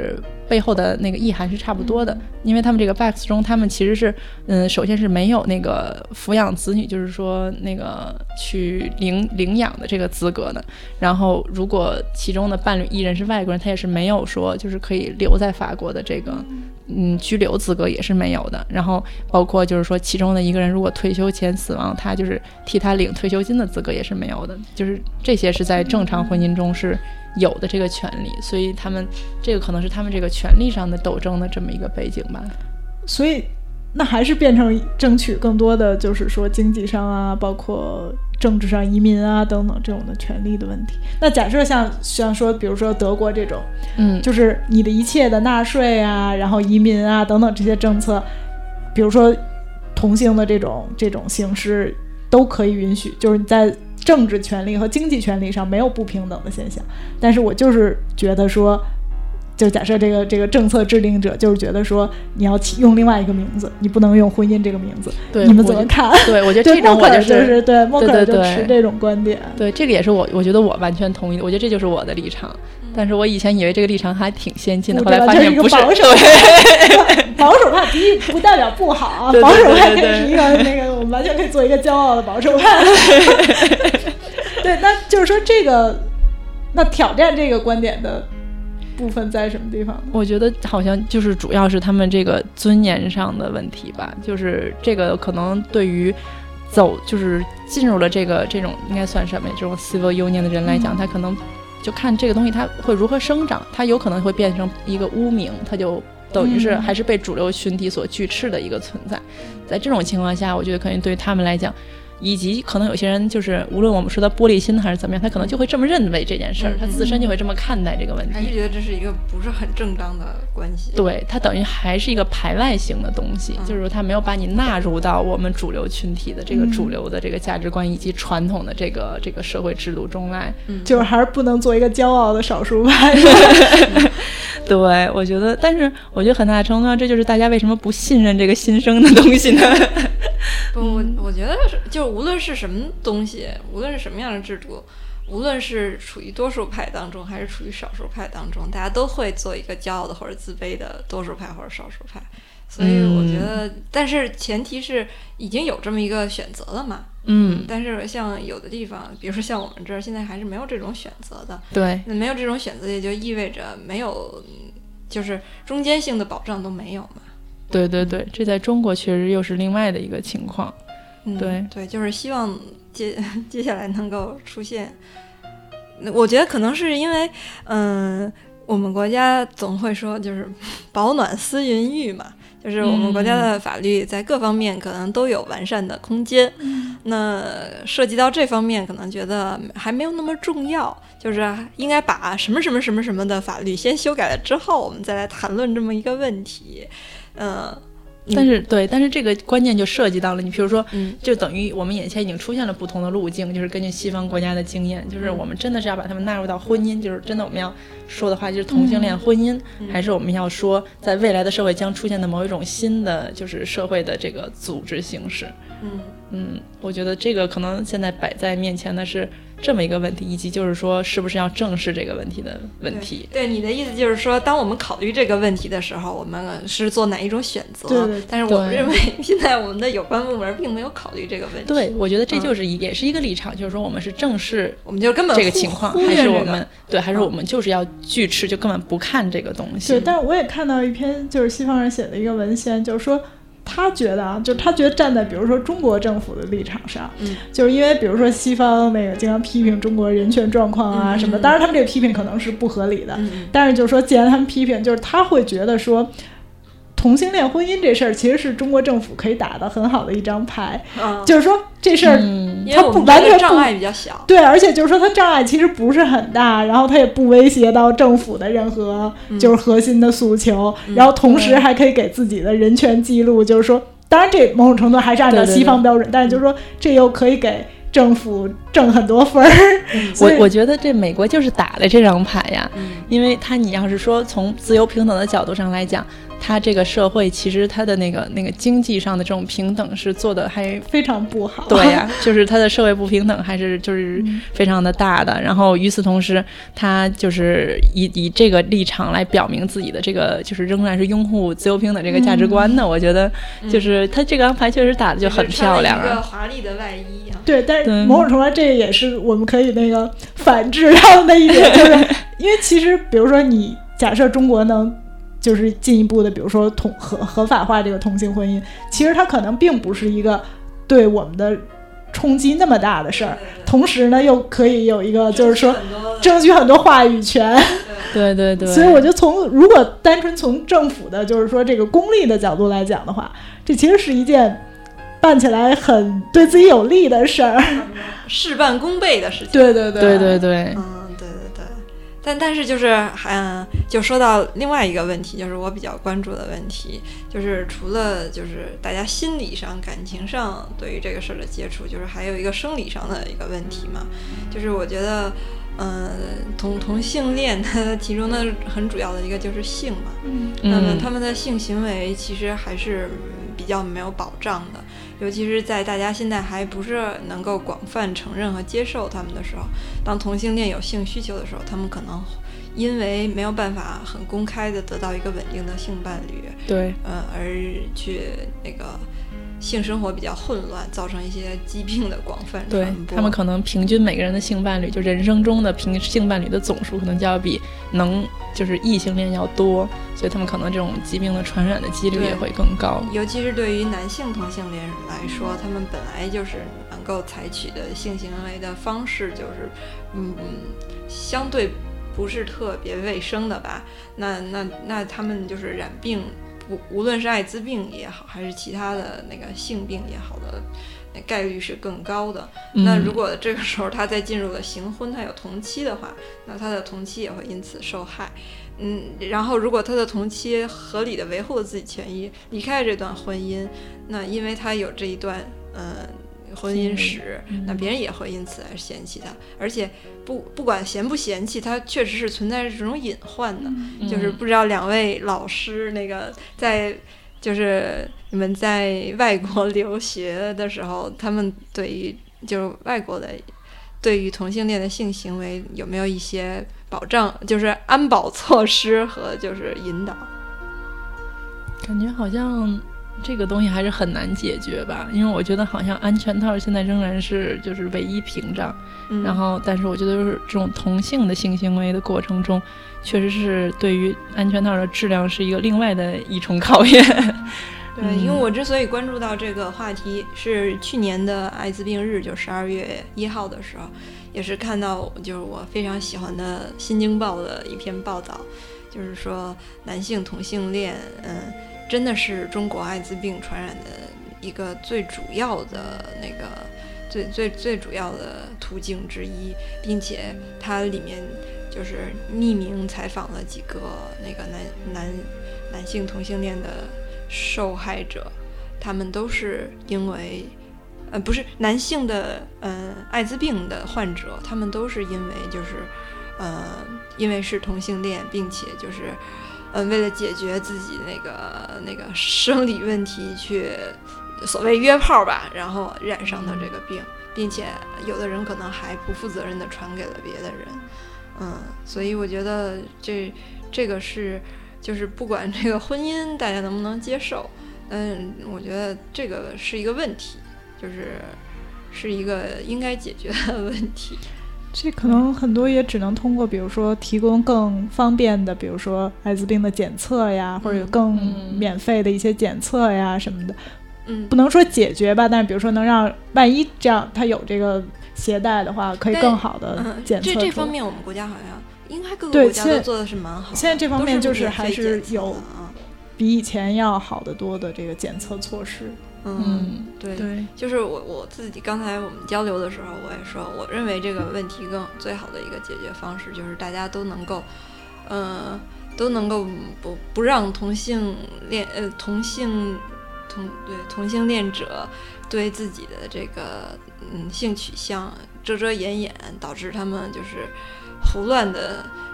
[SPEAKER 1] 背后的那个意涵是差不多的，因为他们这个 B A C S 中，他们其实是嗯，首先是没有那个抚养子女，就是说那个去领领养的这个资格的。然后如果其中的伴侣一人是外国人，他也是没有说就是可以留在法国的这个嗯居留资格也是没有的。然后包括就是说其中的一个人如果退休前死亡，他就是替他领退休金的资格也是没有的。就是这些是在正常婚姻中是有的这个权利，所以他们这个可能是他们这个权利上的斗争的这么一个背景吧。
[SPEAKER 2] 所以那还是变成争取更多的就是说经济上啊，包括政治上移民啊等等这种的权利的问题。那假设像像说比如说德国这种嗯，就是你的一切的纳税啊，然后移民啊等等这些政策，比如说同性的这种这种形式都可以允许，就是你在政治权利和经济权利上没有不平等的现象。但是我就是觉得说，就假设这个这个政策制定者就是觉得说你要用另外一个名字，你不能用婚姻这个名字，
[SPEAKER 1] 对，
[SPEAKER 2] 你们怎么看？
[SPEAKER 1] 对，我觉得这种我就是
[SPEAKER 2] 就是对默克尔就持这种观点。
[SPEAKER 1] 对，这个也是我我觉得我完全同意的，我觉得这就是我的立场。但是我以前以为这个立场还挺先进的，后来发现不是。
[SPEAKER 2] 保守保守派第一不代表不好，保守派是一个那个我们完全可以做一个骄傲的保守派。对，那就是说这个那挑战这个观点的部分在什么地方呢？
[SPEAKER 1] 我觉得好像就是主要是他们这个尊严上的问题吧，就是这个可能对于走就是进入了这个这种应该算什么这种 civil union 的人来讲，嗯，他可能就看这个东西它会如何生长，它有可能会变成一个污名，它就等于是还是被主流群体所拒斥的一个存在。在这种情况下，我觉得可能对于他们来讲，以及可能有些人就是无论我们说他玻璃心还是怎么样，他可能就会这么认为这件事儿，他自身就会这么看待这个问题，
[SPEAKER 3] 还是觉得这是一个不是很正当的关系。
[SPEAKER 1] 对，他等于还是一个排外型的东西，嗯，就是说他没有把你纳入到我们主流群体的这个主流的这个价值观以及传统的这个这个社会制度中来，
[SPEAKER 2] 嗯，就是还是不能做一个骄傲的少数派。
[SPEAKER 1] 对，我觉得，但是我觉得很大程度上，这就是大家为什么不信任这个新生的东西呢？
[SPEAKER 3] 不，我我觉得是，就无论是什么东西，无论是什么样的制度，无论是处于多数派当中还是处于少数派当中，大家都会做一个骄傲的或者自卑的多数派或者少数派。所以我觉得，嗯，但是前提是已经有这么一个选择了嘛。嗯，但是像有的地方，比如说像我们这儿，现在还是没有这种选择的。
[SPEAKER 1] 对，
[SPEAKER 3] 那没有这种选择，也就意味着没有，就是中间性的保障都没有嘛。
[SPEAKER 1] 对对对，这在中国确实又是另外的一个情况。
[SPEAKER 3] 嗯，
[SPEAKER 1] 对
[SPEAKER 3] 对，就是希望接接下来能够出现。我觉得可能是因为，嗯，我们国家总会说就是保暖思淫欲嘛。就是我们国家的法律在各方面可能都有完善的空间，嗯，那涉及到这方面可能觉得还没有那么重要，就是应该把什么什么什么什么的法律先修改了之后，我们再来谈论这么一个问题。嗯，
[SPEAKER 1] 但是对，但是这个关键就涉及到了你，比如说，嗯，就等于我们眼前已经出现了不同的路径，就是根据西方国家的经验，就是我们真的是要把他们纳入到婚姻，就是真的我们要说的话就是同性恋婚姻，嗯，还是我们要说在未来的社会将出现的某一种新的就是社会的这个组织形式。嗯嗯，我觉得这个可能现在摆在面前的是这么一个问题，以及就是说是不是要正视这个问题的问题。
[SPEAKER 3] 对，对，你的意思就是说当我们考虑这个问题的时候，我们是做哪一种选择？
[SPEAKER 2] 对对，
[SPEAKER 3] 但是我认为现在我们的有关部门并没有考虑这个问题。
[SPEAKER 1] 对，我觉得这就是一、嗯、也是一个立场，就是说我们是正视
[SPEAKER 3] 我们就根本
[SPEAKER 1] 这个情况，
[SPEAKER 3] 这个、
[SPEAKER 1] 还是我们对，还是我们就是要拒斥，就根本不看这个东西。
[SPEAKER 2] 对，但是我也看到一篇就是西方人写的一个文献，就是说他觉得啊，就他觉得站在比如说中国政府的立场上，嗯，就是因为比如说西方那个经常批评中国人权状况啊什么，嗯、当然他们这个批评可能是不合理的，嗯、但是就是说既然他们批评，就是他会觉得说同性恋婚姻这事儿其实是中国政府可以打得很好的一张牌，嗯、就是说这事儿它不完全不
[SPEAKER 3] 障碍比较小，
[SPEAKER 2] 对，而且就是说它障碍其实不是很大，然后它也不威胁到政府的任何就是核心的诉求，嗯、然后同时还可以给自己的人权记录，就是说当然这某种程度还是按照西方标准，对对对，但是就是说这又可以给政府挣很多分儿。
[SPEAKER 1] 我我觉得这美国就是打了这张牌呀，嗯、因为他你要是说从自由平等的角度上来讲， 它这个社会其实它的那个那个经济上的这种平等是做的还
[SPEAKER 2] 非常不好。
[SPEAKER 1] 对呀、啊，就是它的社会不平等还是就是非常的大的。嗯、然后与此同时，他就是以以这个立场来表明自己的这个就是仍然是拥护自由平等这个价值观的。嗯、我觉得就是他这个安排确实打的就很漂亮、啊，
[SPEAKER 3] 就是、一个华丽的外衣啊。
[SPEAKER 2] 对，但是某种程度上这也是我们可以那个反制上的一点，就是因为其实比如说你假设中国能就是进一步的比如说同合合法化这个同性婚姻，其实它可能并不是一个对我们的冲击那么大的事儿，同时呢又可以有一个就是说争取很多话语权。
[SPEAKER 1] 对对对，
[SPEAKER 2] 所以我就从如果单纯从政府的就是说这个公利的角度来讲的话，这其实是一件办起来很对自己有利的事儿，
[SPEAKER 3] 事半功倍的事情。
[SPEAKER 2] 对对对
[SPEAKER 1] 对对对，
[SPEAKER 3] 嗯，对对对。但但是就是，嗯，就说到另外一个问题，就是我比较关注的问题，就是除了就是大家心理上、感情上对于这个事儿的接触，就是还有一个生理上的一个问题嘛，就是我觉得。嗯，同同性恋它其中的很主要的一个就是性嘛，嗯，那么他们的性行为其实还是比较没有保障的，尤其是在大家现在还不是能够广泛承认和接受他们的时候，当同性恋有性需求的时候，他们可能因为没有办法很公开的得到一个稳定的性伴侣，
[SPEAKER 1] 对，
[SPEAKER 3] 呃，而去那个。性生活比较混乱，造成一些疾病的广泛传播。
[SPEAKER 1] 对，他们可能平均每个人的性伴侣，就人生中的平性伴侣的总数，可能就要比能就是异性恋要多，所以他们可能这种疾病的传染的几率也会更高。
[SPEAKER 3] 尤其是对于男性同性恋来说，他们本来就是能够采取的性行为的方式，就是嗯相对不是特别卫生的吧？那那那他们就是染病。无论是艾滋病也好，还是其他的那个性病也好的，那概率是更高的。嗯、那如果这个时候他再进入了行婚，他有同妻的话，那他的同妻也会因此受害。嗯，然后如果他的同妻合理的维护了自己权益，离开这段婚姻，那因为他有这一段呃婚姻史，嗯、那别人也会因此而嫌弃他，而且不不管嫌不嫌弃，他确实是存在这种隐患的，嗯、就是不知道两位老师那个在就是你们在外国留学的时候，他们对于就是外国的对于同性恋的性行为有没有一些保障，就是安保措施和就是引导？
[SPEAKER 1] 感觉好像。这个东西还是很难解决吧，因为我觉得好像安全套现在仍然是就是唯一屏障，嗯、然后但是我觉得就是这种同性的性行为的过程中，确实是对于安全套的质量是一个另外的一重考验。
[SPEAKER 3] 对，嗯、因为我之所以关注到这个话题，是去年的艾滋病日，就十二月一号的时候，也是看到就是我非常喜欢的《新京报》的一篇报道，就是说男性同性恋，嗯。真的是中国艾滋病传染的一个最主要的那个最最最主要的途径之一，并且它里面就是匿名采访了几个那个男男男性同性恋的受害者，他们都是因为呃不是男性的呃艾滋病的患者，他们都是因为就是呃因为是同性恋，并且就是嗯，为了解决自己那个那个生理问题，去所谓约炮吧，然后染上的这个病，并且有的人可能还不负责任的传给了别的人，嗯，所以我觉得这这个是就是不管这个婚姻大家能不能接受，嗯，我觉得这个是一个问题，就是是一个应该解决的问题。
[SPEAKER 2] 这可能很多也只能通过比如说提供更方便的比如说艾滋病的检测呀，或者有更免费的一些检测呀什么的，嗯，不能说解决吧，但是比如说能让万一这样他有这个携带的话，可以更好的检测、嗯、
[SPEAKER 3] 这这方面我们国家好像应该各个国家都做的是蛮好的，
[SPEAKER 2] 现在这方面就是还是有比以前要好得多的这个检测措施。
[SPEAKER 3] 嗯，对对，就是我我自己刚才我们交流的时候，我也说，我认为这个问题更最好的一个解决方式，就是大家都能够，呃，都能够不不让同性恋呃同性同对同性恋者对自己的这个嗯性取向遮遮掩掩，导致他们就是胡乱的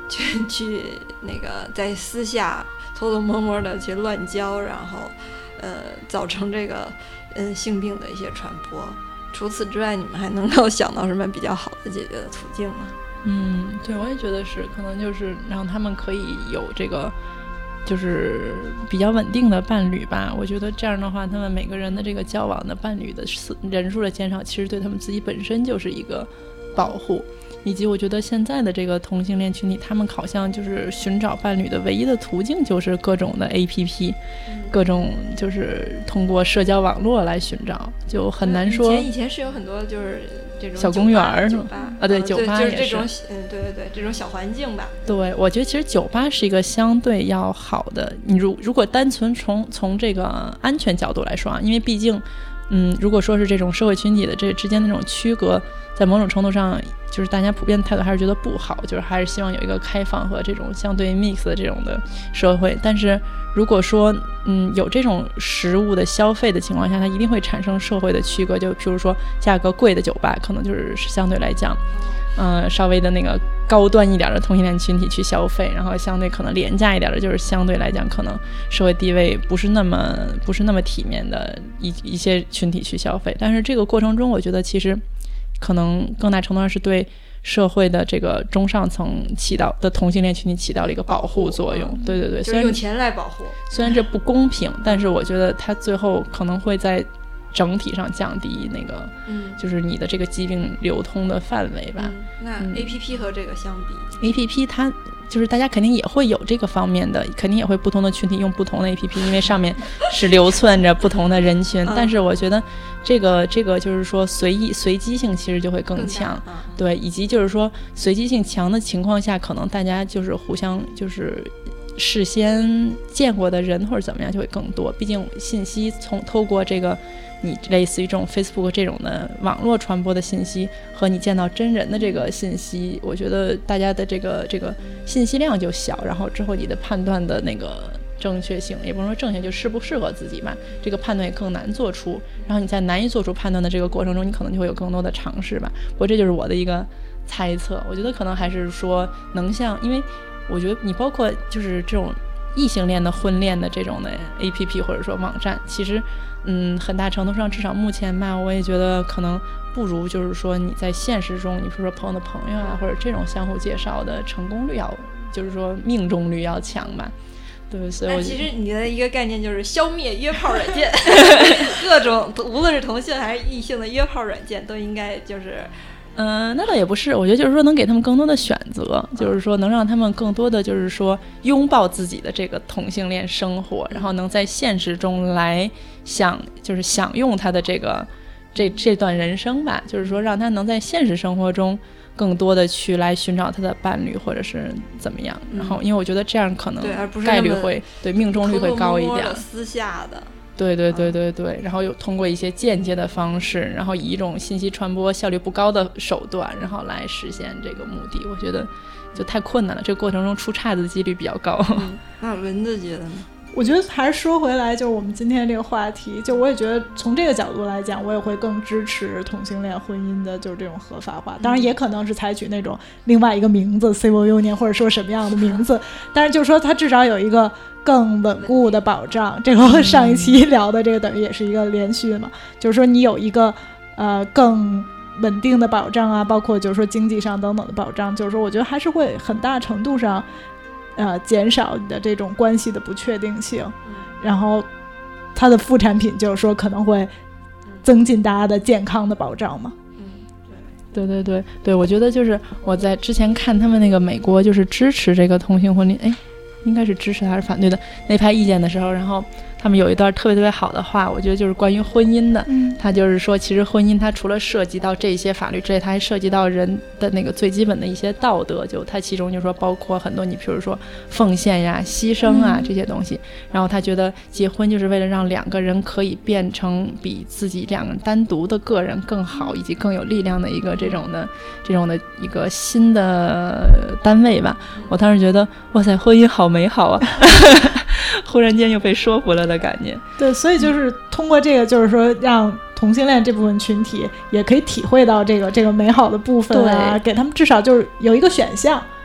[SPEAKER 3] 去去那个在私下偷偷摸摸的去乱交，然后呃造成这个嗯性病的一些传播。除此之外，你们还能够想到什么比较好的解决的途径吗？
[SPEAKER 1] 嗯，对，我也觉得是，可能就是让他们可以有这个就是比较稳定的伴侣吧。我觉得这样的话，他们每个人的这个交往的伴侣的人数的减少，其实对他们自己本身就是一个保护。以及我觉得现在的这个同性恋群体，他们好像就是寻找伴侣的唯一的途径就是各种的 A P P、嗯、各种就是通过社交网络来寻找，就很难说。
[SPEAKER 3] 以前以前是有很多就是这种
[SPEAKER 1] 小公园
[SPEAKER 3] 酒吧
[SPEAKER 1] 啊，对，酒吧
[SPEAKER 3] 也是，就是这种嗯，对对对，这种小环境吧。
[SPEAKER 1] 对，我觉得其实酒吧是一个相对要好的。你如如果单纯从从这个安全角度来说啊，因为毕竟，嗯，如果说是这种社会群体的这之间的那种区隔，在某种程度上，就是大家普遍态度还是觉得不好，就是还是希望有一个开放和这种相对 mix 的这种的社会。但是如果说嗯有这种食物的消费的情况下，它一定会产生社会的区隔。就譬如说价格贵的酒吧，可能就是相对来讲呃稍微的那个高端一点的同性恋群体去消费，然后相对可能廉价一点的，就是相对来讲可能社会地位不是那么不是那么体面的一一些群体去消费。但是这个过程中，我觉得其实可能更大程度上是对社会的这个中上层起到的同性恋群体起到了一个保护作用。对对对，
[SPEAKER 3] 就是用钱来保护。
[SPEAKER 1] 虽然这不公平，但是我觉得它最后可能会在整体上降低那个，嗯，就是你的这个疾病流通的范围吧。
[SPEAKER 3] 嗯、那 A P P 和这个相比、
[SPEAKER 1] 嗯、，A P P 它就是大家肯定也会有这个方面的，肯定也会不同的群体用不同的 A P P， 因为上面是流窜着不同的人群。嗯、但是我觉得这个这个就是说随意随机性其实就会更强，
[SPEAKER 3] 嗯、
[SPEAKER 1] 对，以及就是说随机性强的情况下，可能大家就是互相就是事先见过的人或者怎么样就会更多。毕竟信息从透过这个你类似于这种 Facebook 这种的网络传播的信息和你见到真人的这个信息，我觉得大家的这个这个信息量就小，然后之后你的判断的那个正确性，也不能说正确，就适不适合自己吧，这个判断也更难做出。然后你在难以做出判断的这个过程中，你可能就会有更多的尝试吧。不过这就是我的一个猜测，我觉得可能还是说能像，因为我觉得你包括就是这种异性恋的婚恋的这种的 A P P 或者说网站，其实嗯很大程度上至少目前吧，我也觉得可能不如就是说你在现实中，你比如说朋友的朋友啊，或者这种相互介绍的成功率要就是说命中率要强吧。对，所以我
[SPEAKER 3] 其实你的一个概念就是消灭约炮软件，各种无论是同性还是异性的约炮软件都应该就是
[SPEAKER 1] 嗯、呃，那倒也不是，我觉得就是说能给他们更多的选择，就是说能让他们更多的就是说拥抱自己的这个同性恋生活，然后能在现实中来享就是享用他的这个这这段人生吧，就是说让他能在现实生活中更多的去来寻找他的伴侣或者是怎么样，然后因为我觉得这样可能概率会 对, 对命中率会高一点，
[SPEAKER 3] 偷偷私下的
[SPEAKER 1] 对对对对对，然后又通过一些间接的方式，然后以一种信息传播效率不高的手段，然后来实现这个目的，我觉得就太困难了，这个过程中出岔子的几率比较高。
[SPEAKER 3] 嗯、那蚊子觉得呢？
[SPEAKER 2] 我觉得还是说回来，就我们今天这个话题，就我也觉得从这个角度来讲，我也会更支持同性恋婚姻的就是这种合法化。当然也可能是采取那种另外一个名字 civil union 或者说什么样的名字，但是就是说它至少有一个更稳固的保障。这个上一期聊的这个等于也是一个连续嘛，就是说你有一个呃更稳定的保障啊，包括就是说经济上等等的保障，就是说我觉得还是会很大程度上呃，减少你的这种关系的不确定性，嗯、然后它的副产品就是说可能会增进大家的健康的保障嘛。
[SPEAKER 3] 嗯，
[SPEAKER 1] 对对对对，我觉得就是我在之前看他们那个美国就是支持这个同性婚姻，哎，应该是支持还是反对的那派意见的时候，然后他们有一段特别特别好的话，我觉得就是关于婚姻的，
[SPEAKER 2] 嗯、
[SPEAKER 1] 他就是说其实婚姻它除了涉及到这些法律之类，它还涉及到人的那个最基本的一些道德，就它其中就说包括很多你比如说奉献呀、牺牲啊、嗯、这些东西，然后他觉得结婚就是为了让两个人可以变成比自己两个人单独的个人更好以及更有力量的一个这种的这种的一个新的单位吧。我当时觉得哇塞，婚姻好美好啊忽然间又被说服了的感觉。
[SPEAKER 2] 对，所以就是通过这个就是说让同性恋这部分群体也可以体会到这个这个美好的部分啊，给他们至少就是有一个选项，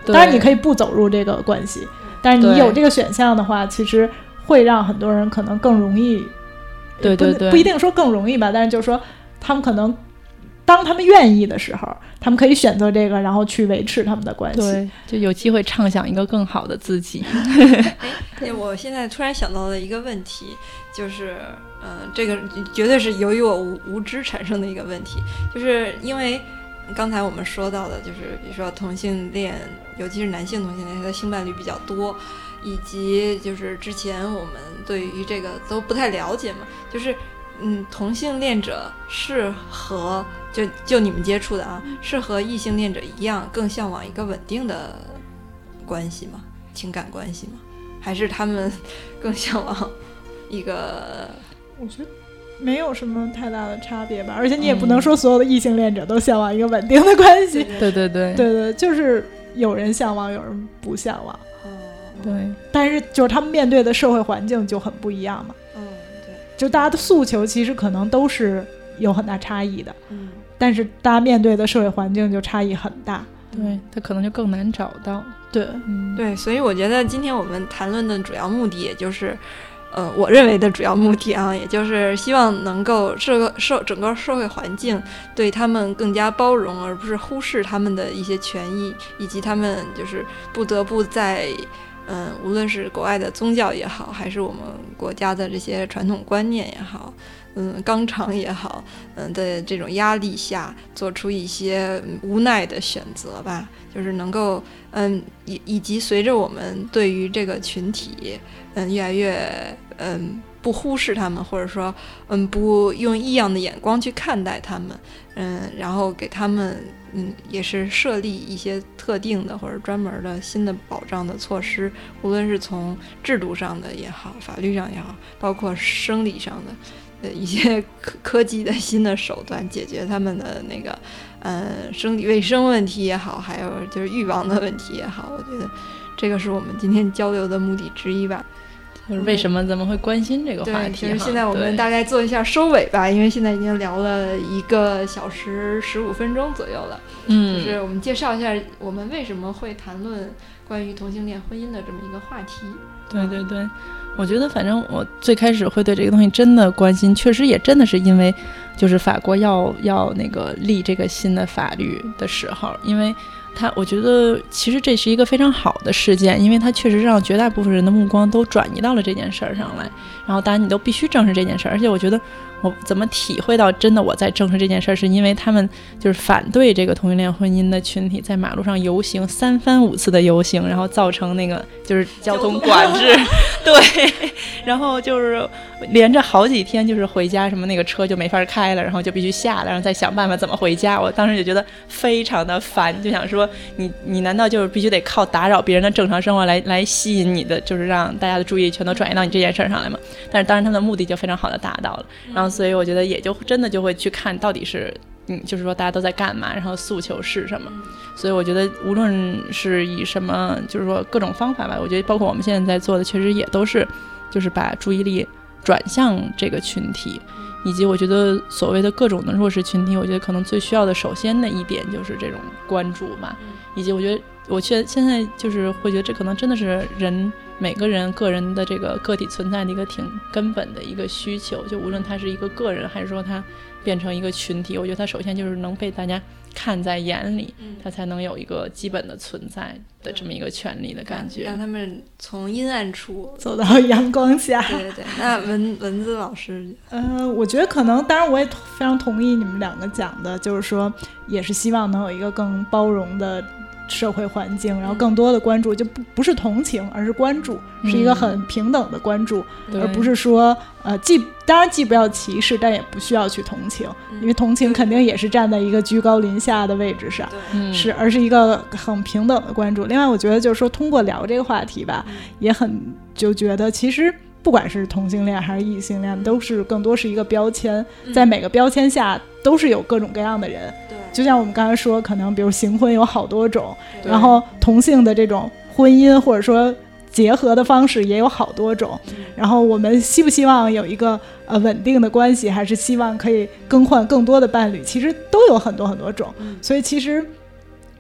[SPEAKER 2] 当然你可以不走入这个关系，但是你有这个选项的话，其实会让很多人可能更容易，
[SPEAKER 1] 对对对，
[SPEAKER 2] 不, 不一定说更容易吧，但是就是说他们可能当他们愿意的时候，他们可以选择这个，然后去维持他们的关系，
[SPEAKER 1] 对，就有机会畅想一个更好的自己。
[SPEAKER 3] 哎，我现在突然想到了一个问题，就是嗯、呃，这个绝对是由于我无无知产生的一个问题，就是因为刚才我们说到的，就是比如说同性恋，尤其是男性同性恋，他的性伴侣比较多，以及就是之前我们对于这个都不太了解嘛，就是嗯，同性恋者是和就就你们接触的啊，是和异性恋者一样更向往一个稳定的关系吗？情感关系吗？还是他们更向往一个？
[SPEAKER 2] 我觉得没有什么太大的差别吧，而且你也不能说所有的异性恋者都向往一个稳定的关系。
[SPEAKER 1] 嗯、对对对
[SPEAKER 2] 对对，就是有人向往，有人不向往。
[SPEAKER 3] 哦，
[SPEAKER 1] 对，
[SPEAKER 2] 但是就是他们面对的社会环境就很不一样嘛。
[SPEAKER 3] 嗯，对，
[SPEAKER 2] 就大家的诉求其实可能都是有很大差异的。
[SPEAKER 3] 嗯，但
[SPEAKER 2] 是大家面对的社会环境就差异很大。
[SPEAKER 1] 对，他可能就更难找到。
[SPEAKER 2] 对，
[SPEAKER 1] 嗯，
[SPEAKER 3] 对，所以我觉得今天我们谈论的主要目的，也就是，呃，我认为的主要目的啊，也就是希望能够社个社整个社会环境对他们更加包容，而不是忽视他们的一些权益，以及他们就是不得不在，嗯、呃，无论是国外的宗教也好，还是我们国家的这些传统观念也好。嗯，纲常也好，嗯的这种压力下，做出一些无奈的选择吧，就是能够，嗯，以以及随着我们对于这个群体，嗯，越来越，嗯，不忽视他们，或者说，嗯，不用异样的眼光去看待他们，嗯，然后给他们，嗯，也是设立一些特定的或者专门的新的保障的措施，无论是从制度上的也好，法律上也好，包括生理上的。的一些科科技的新的手段解决他们的那个，呃，生理卫生问题也好，还有就是欲望的问题也好，我觉得这个是我们今天交流的目的之一吧。
[SPEAKER 1] 就是为什么咱们会关心这个话题？
[SPEAKER 3] 对，就是现在我们大概做一下收尾吧，因为现在已经聊了一个小时十五分钟左右了。嗯，就是我们介绍一下我们为什么会谈论关于同性恋婚姻的这么一个话题。
[SPEAKER 1] 对对对。我觉得反正我最开始会对这个东西真的关心，确实也真的是因为就是法国要要那个立这个新的法律的时候，因为它我觉得其实这是一个非常好的事件，因为它确实让绝大部分人的目光都转移到了这件事儿上来，然后当然你都必须正视这件事儿，而且我觉得我怎么体会到真的我在正视这件事儿，是因为他们就是反对这个同性恋婚姻的群体在马路上游行，三番五次的游行，然后造成那个就是交通管制对，然后就是连着好几天就是回家什么那个车就没法开了，然后就必须下来，然后再想办法怎么回家。我当时就觉得非常的烦，就想说你你难道就是必须得靠打扰别人的正常生活来来吸引你的，就是让大家的注意力全都转移到你这件事上来嘛？但是当然他们的目的就非常好的达到了，然后所以我觉得也就真的就会去看到底是嗯，就是说大家都在干嘛，然后诉求是什么。所以我觉得无论是以什么就是说各种方法吧，我觉得包括我们现在在做的确实也都是就是把注意力转向这个群体，以及我觉得所谓的各种的弱势群体，我觉得可能最需要的首先的一点就是这种关注吧，以及我觉得我觉得现在就是会觉得这可能真的是人每个人个人的这个个体存在的一个挺根本的一个需求，就无论他是一个个人还是说他变成一个群体，我觉得他首先就是能被大家看在眼里，他才能有一个基本的存在的这么一个权利的感觉，
[SPEAKER 3] 让他们从阴暗处
[SPEAKER 2] 走到阳光下。
[SPEAKER 3] 对对对。那文文字老师，
[SPEAKER 2] 呃，我觉得可能，当然我也非常同意你们两个讲的，就是说也是希望能有一个更包容的社会环境，然后更多的关注，就不不是同情，而是关注，是一个很平等的关注，嗯、而不是说呃既当然既不要歧视，但也不需要去同情，嗯、因为同情肯定也是站在一个居高临下的位置上，是而是一个很平等的关注。另外，我觉得就是说通过聊这个话题吧，嗯、也很就觉得其实。不管是同性恋还是异性恋，都是更多是一个标签，在每个标签下都是有各种各样的人。对，就像我们刚才说，可能比如行婚有好多种，然后同性的这种婚姻或者说结合的方式也有好多种。然后我们希不希望有一个呃稳定的关系，还是希望可以更换更多的伴侣，其实都有很多很多种。所以其实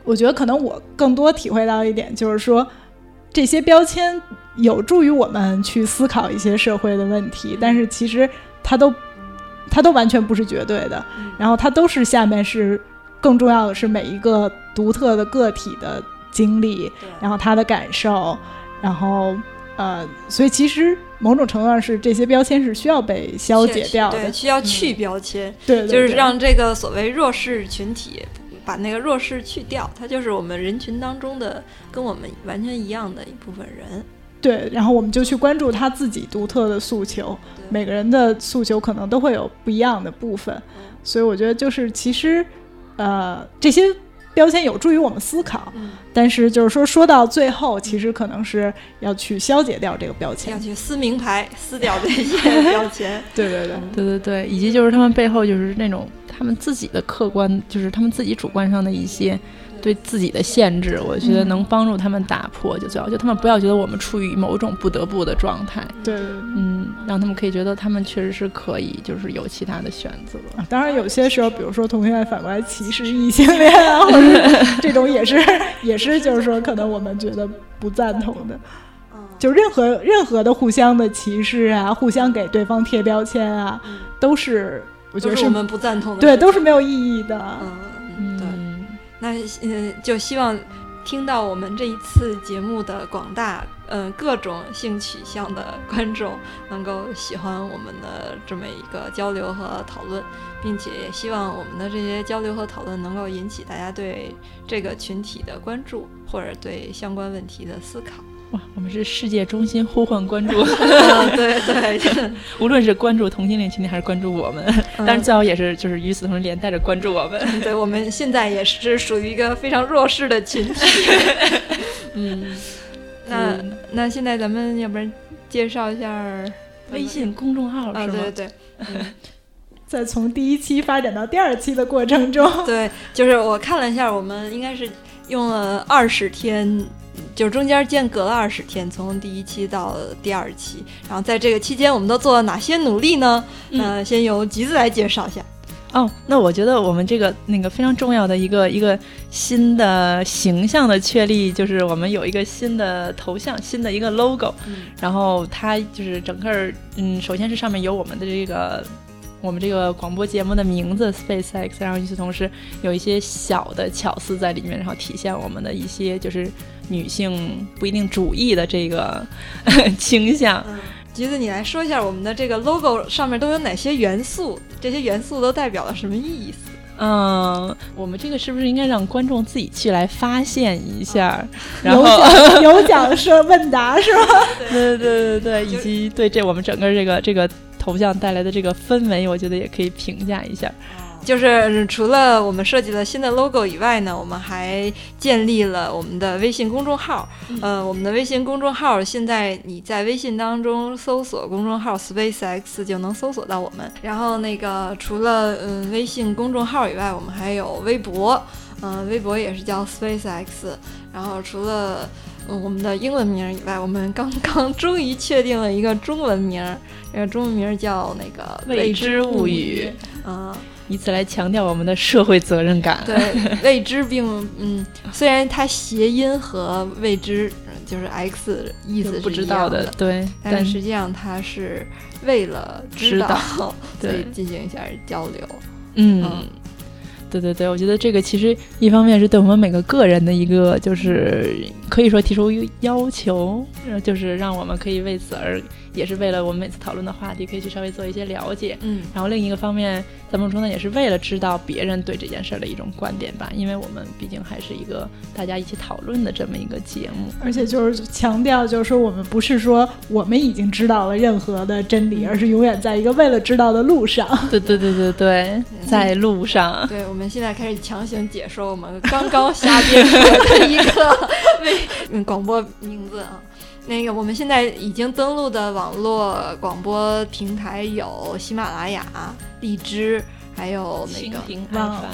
[SPEAKER 2] 我觉得可能我更多体会到一点就是说，这些标签有助于我们去思考一些社会的问题，但是其实它都它都完全不是绝对的，然后它都是下面是更重要的是每一个独特的个体的经历，然后他的感受，然后呃，所以其实某种程度上是这些标签是需要被消解掉的，
[SPEAKER 3] 对，需要去标签，
[SPEAKER 2] 嗯、对, 对, 对，
[SPEAKER 3] 就是让这个所谓弱势群体把那个弱势去掉，它就是我们人群当中的跟我们完全一样的一部分人。
[SPEAKER 2] 对，然后我们就去关注他自己独特的诉求，每个人的诉求可能都会有不一样的部分，所以我觉得就是其实呃这些标签有助于我们思考、嗯、但是就是说说到最后其实可能是要去消解掉这个标签，
[SPEAKER 3] 要去撕名牌，撕掉这些标签
[SPEAKER 2] 对对对
[SPEAKER 1] 对对对，以及就是他们背后就是那种他们自己的客观，就是他们自己主观上的一些对自己的限制，我觉得能帮助他们打破就最好、嗯、就他们不要觉得我们处于某种不得不的状态，
[SPEAKER 2] 对对对，
[SPEAKER 1] 嗯，让他们可以觉得他们确实是可以就是有其他的选择、
[SPEAKER 2] 啊、当然有些时候比如说同性恋反过来歧视异性恋啊或者这种也是也是就是说可能我们觉得不赞同的，就任何任何的互相的歧视啊，互相给对方贴标签啊、嗯、都是我觉得 是,
[SPEAKER 3] 是我们不赞同的，
[SPEAKER 2] 对，都是没有意义的，
[SPEAKER 3] 嗯，对，那呃，就希望听到我们这一次节目的广大嗯、呃、各种性取向的观众能够喜欢我们的这么一个交流和讨论，并且也希望我们的这些交流和讨论能够引起大家对这个群体的关注，或者对相关问题的思考。
[SPEAKER 1] 哇，我们是世界中心呼唤关注、
[SPEAKER 3] 嗯、对对
[SPEAKER 1] 无论是关注同性恋群体还是关注我们、嗯、当然最好也是就是与此同时连带着关注我们，
[SPEAKER 3] 对，我们现在也是属于一个非常弱势的群体嗯，那、嗯、那现在咱们要不然介绍一下
[SPEAKER 1] 微信公众号、
[SPEAKER 3] 啊、
[SPEAKER 1] 是吗？
[SPEAKER 3] 对对对、嗯
[SPEAKER 2] 在从第一期发展到第二期的过程中，
[SPEAKER 3] 对，就是我看了一下，我们应该是用了二十天，就是中间间隔了二十天，从第一期到第二期，然后在这个期间我们都做了哪些努力呢？嗯、呃，先由橘子来介绍一下。
[SPEAKER 1] 哦，那我觉得我们这个那个非常重要的一个一个新的形象的确立，就是我们有一个新的头像，新的一个 logo，、嗯、然后它就是整个嗯，首先是上面有我们的这个。我们这个广播节目的名字 SpaceX， 然后与此同时有一些小的巧思在里面，然后体现我们的一些就是女性不一定主义的这个倾向。
[SPEAKER 3] 嗯，橘子你来说一下我们的这个 logo 上面都有哪些元素，这些元素都代表了什么意思？
[SPEAKER 1] 嗯，我们这个是不是应该让观众自己去来发现一下？然后
[SPEAKER 2] 有奖设问答是吧？
[SPEAKER 1] 对对对对对，以及对这我们整个这个这个头像带来的这个氛围，我觉得也可以评价一下。
[SPEAKER 3] 就是除了我们设计了新的 logo 以外呢，我们还建立了我们的微信公众号。嗯、呃，我们的微信公众号现在你在微信当中搜索公众号 SpaceX 就能搜索到我们。然后那个除了嗯微信公众号以外，我们还有微博，嗯、呃，微博也是叫 SpaceX。然后除了嗯我们的英文名以外，我们刚刚终于确定了一个中文名，这个中文名叫那个
[SPEAKER 1] 未知物语。
[SPEAKER 3] 嗯。
[SPEAKER 1] 以此来强调我们的社会责任感。
[SPEAKER 3] 对，未知并嗯，虽然它谐音和未知就是 X 意思是
[SPEAKER 1] 不知道的，对，
[SPEAKER 3] 但实际上它是为了知道，知道所以进行一下交流。
[SPEAKER 1] 嗯。嗯对对对，我觉得这个其实一方面是对我们每个个人的一个，就是可以说提出要求，就是让我们可以为此而，也是为了我们每次讨论的话题可以去稍微做一些了解。嗯，然后另一个方面，咱们说呢也是为了知道别人对这件事的一种观点吧，因为我们毕竟还是一个大家一起讨论的这么一个节目，
[SPEAKER 2] 而且就是强调，就是说我们不是说我们已经知道了任何的真理，而是永远在一个为了知道的路上。
[SPEAKER 1] 对对对对对，在路上。
[SPEAKER 3] 对，我们现在开始强行解说我们刚刚瞎编出来的一个为广播名字啊。那个我们现在已经登录的网络广播平台有喜马拉雅、荔枝，还有那个
[SPEAKER 1] 蜻蜓 F M。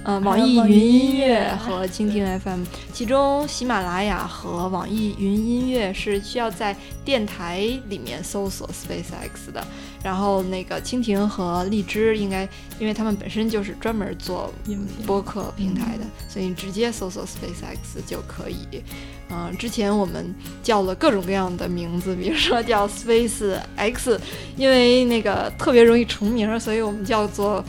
[SPEAKER 3] 呃，网易云音乐和蜻蜓 F M， 其中喜马拉雅和网易云音乐是需要在电台里面搜索 SpaceX 的，然后那个蜻蜓和荔枝应该，因为他们本身就是专门做播客平台的，所以直接搜索 SpaceX 就可以。嗯、呃，之前我们叫了各种各样的名字，比如说叫 SpaceX， 因为那个特别容易重名，所以我们叫做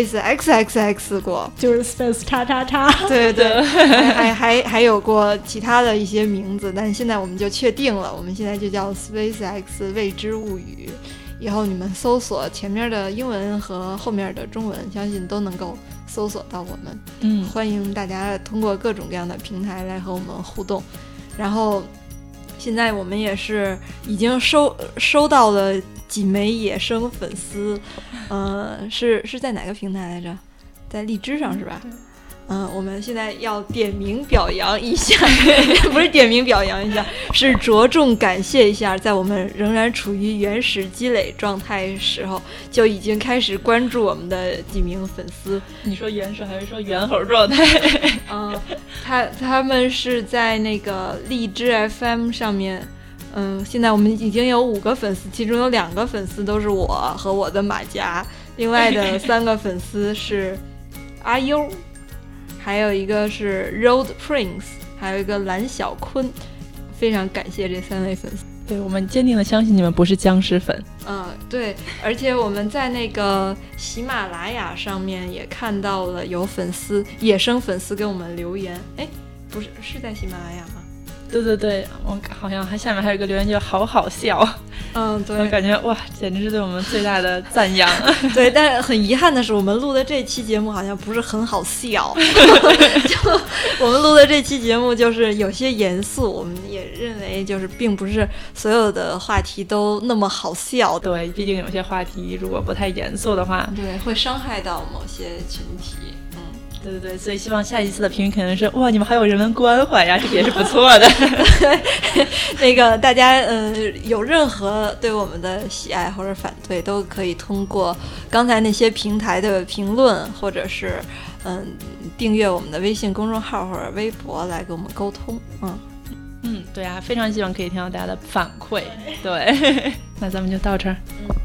[SPEAKER 3] SpaceXXX 过，
[SPEAKER 2] 就是 Space 叉叉叉。
[SPEAKER 3] 对对，还还还还有过其他的一些名字，但是现在我们就确定了，我们现在就叫 SpaceX 未知物语。以后你们搜索前面的英文和后面的中文，相信都能够搜索到我们。
[SPEAKER 1] 嗯，
[SPEAKER 3] 欢迎大家通过各种各样的平台来和我们互动。然后现在我们也是已经收收到了几枚野生粉丝，呃，是是在哪个平台来着？在荔枝上是吧？嗯，我们现在要点名表扬一下，不是点名表扬一下，是着重感谢一下，在我们仍然处于原始积累状态时候，就已经开始关注我们的几名粉丝。
[SPEAKER 1] 你说原始还是说猿猴状态？
[SPEAKER 3] 嗯，他他们是在那个荔枝 F M 上面。嗯，现在我们已经有五个粉丝，其中有两个粉丝都是我和我的马甲，另外的三个粉丝是阿优。还有一个是 Road Prince， 还有一个蓝小坤，非常感谢这三位粉丝。
[SPEAKER 1] 对，我们坚定的相信你们不是僵尸粉。
[SPEAKER 3] 嗯，对，而且我们在那个喜马拉雅上面也看到了有粉丝野生粉丝给我们留言，哎，不是是在喜马拉雅吗？
[SPEAKER 1] 对对对，我好像还下面还有一个留言就好好笑。
[SPEAKER 3] 嗯，对，
[SPEAKER 1] 我感觉哇，简直是对我们最大的赞扬。
[SPEAKER 3] 对，但是很遗憾的是，我们录的这期节目好像不是很好笑。就我们录的这期节目就是有些严肃，我们也认为就是并不是所有的话题都那么好笑。
[SPEAKER 1] 对，毕竟有些话题如果不太严肃的话，
[SPEAKER 3] 对，会伤害到某些群体。
[SPEAKER 1] 对对对，所以希望下一次的评语可能是哇，你们好有人文关怀呀，这也是不错的。
[SPEAKER 3] 那个大家呃有任何对我们的喜爱或者反对，都可以通过刚才那些平台的评论，或者是嗯订阅我们的微信公众号或者微博来跟我们沟通。嗯
[SPEAKER 1] 嗯，对啊，非常希望可以听到大家的反馈。对，那咱们就到这儿。
[SPEAKER 3] 嗯。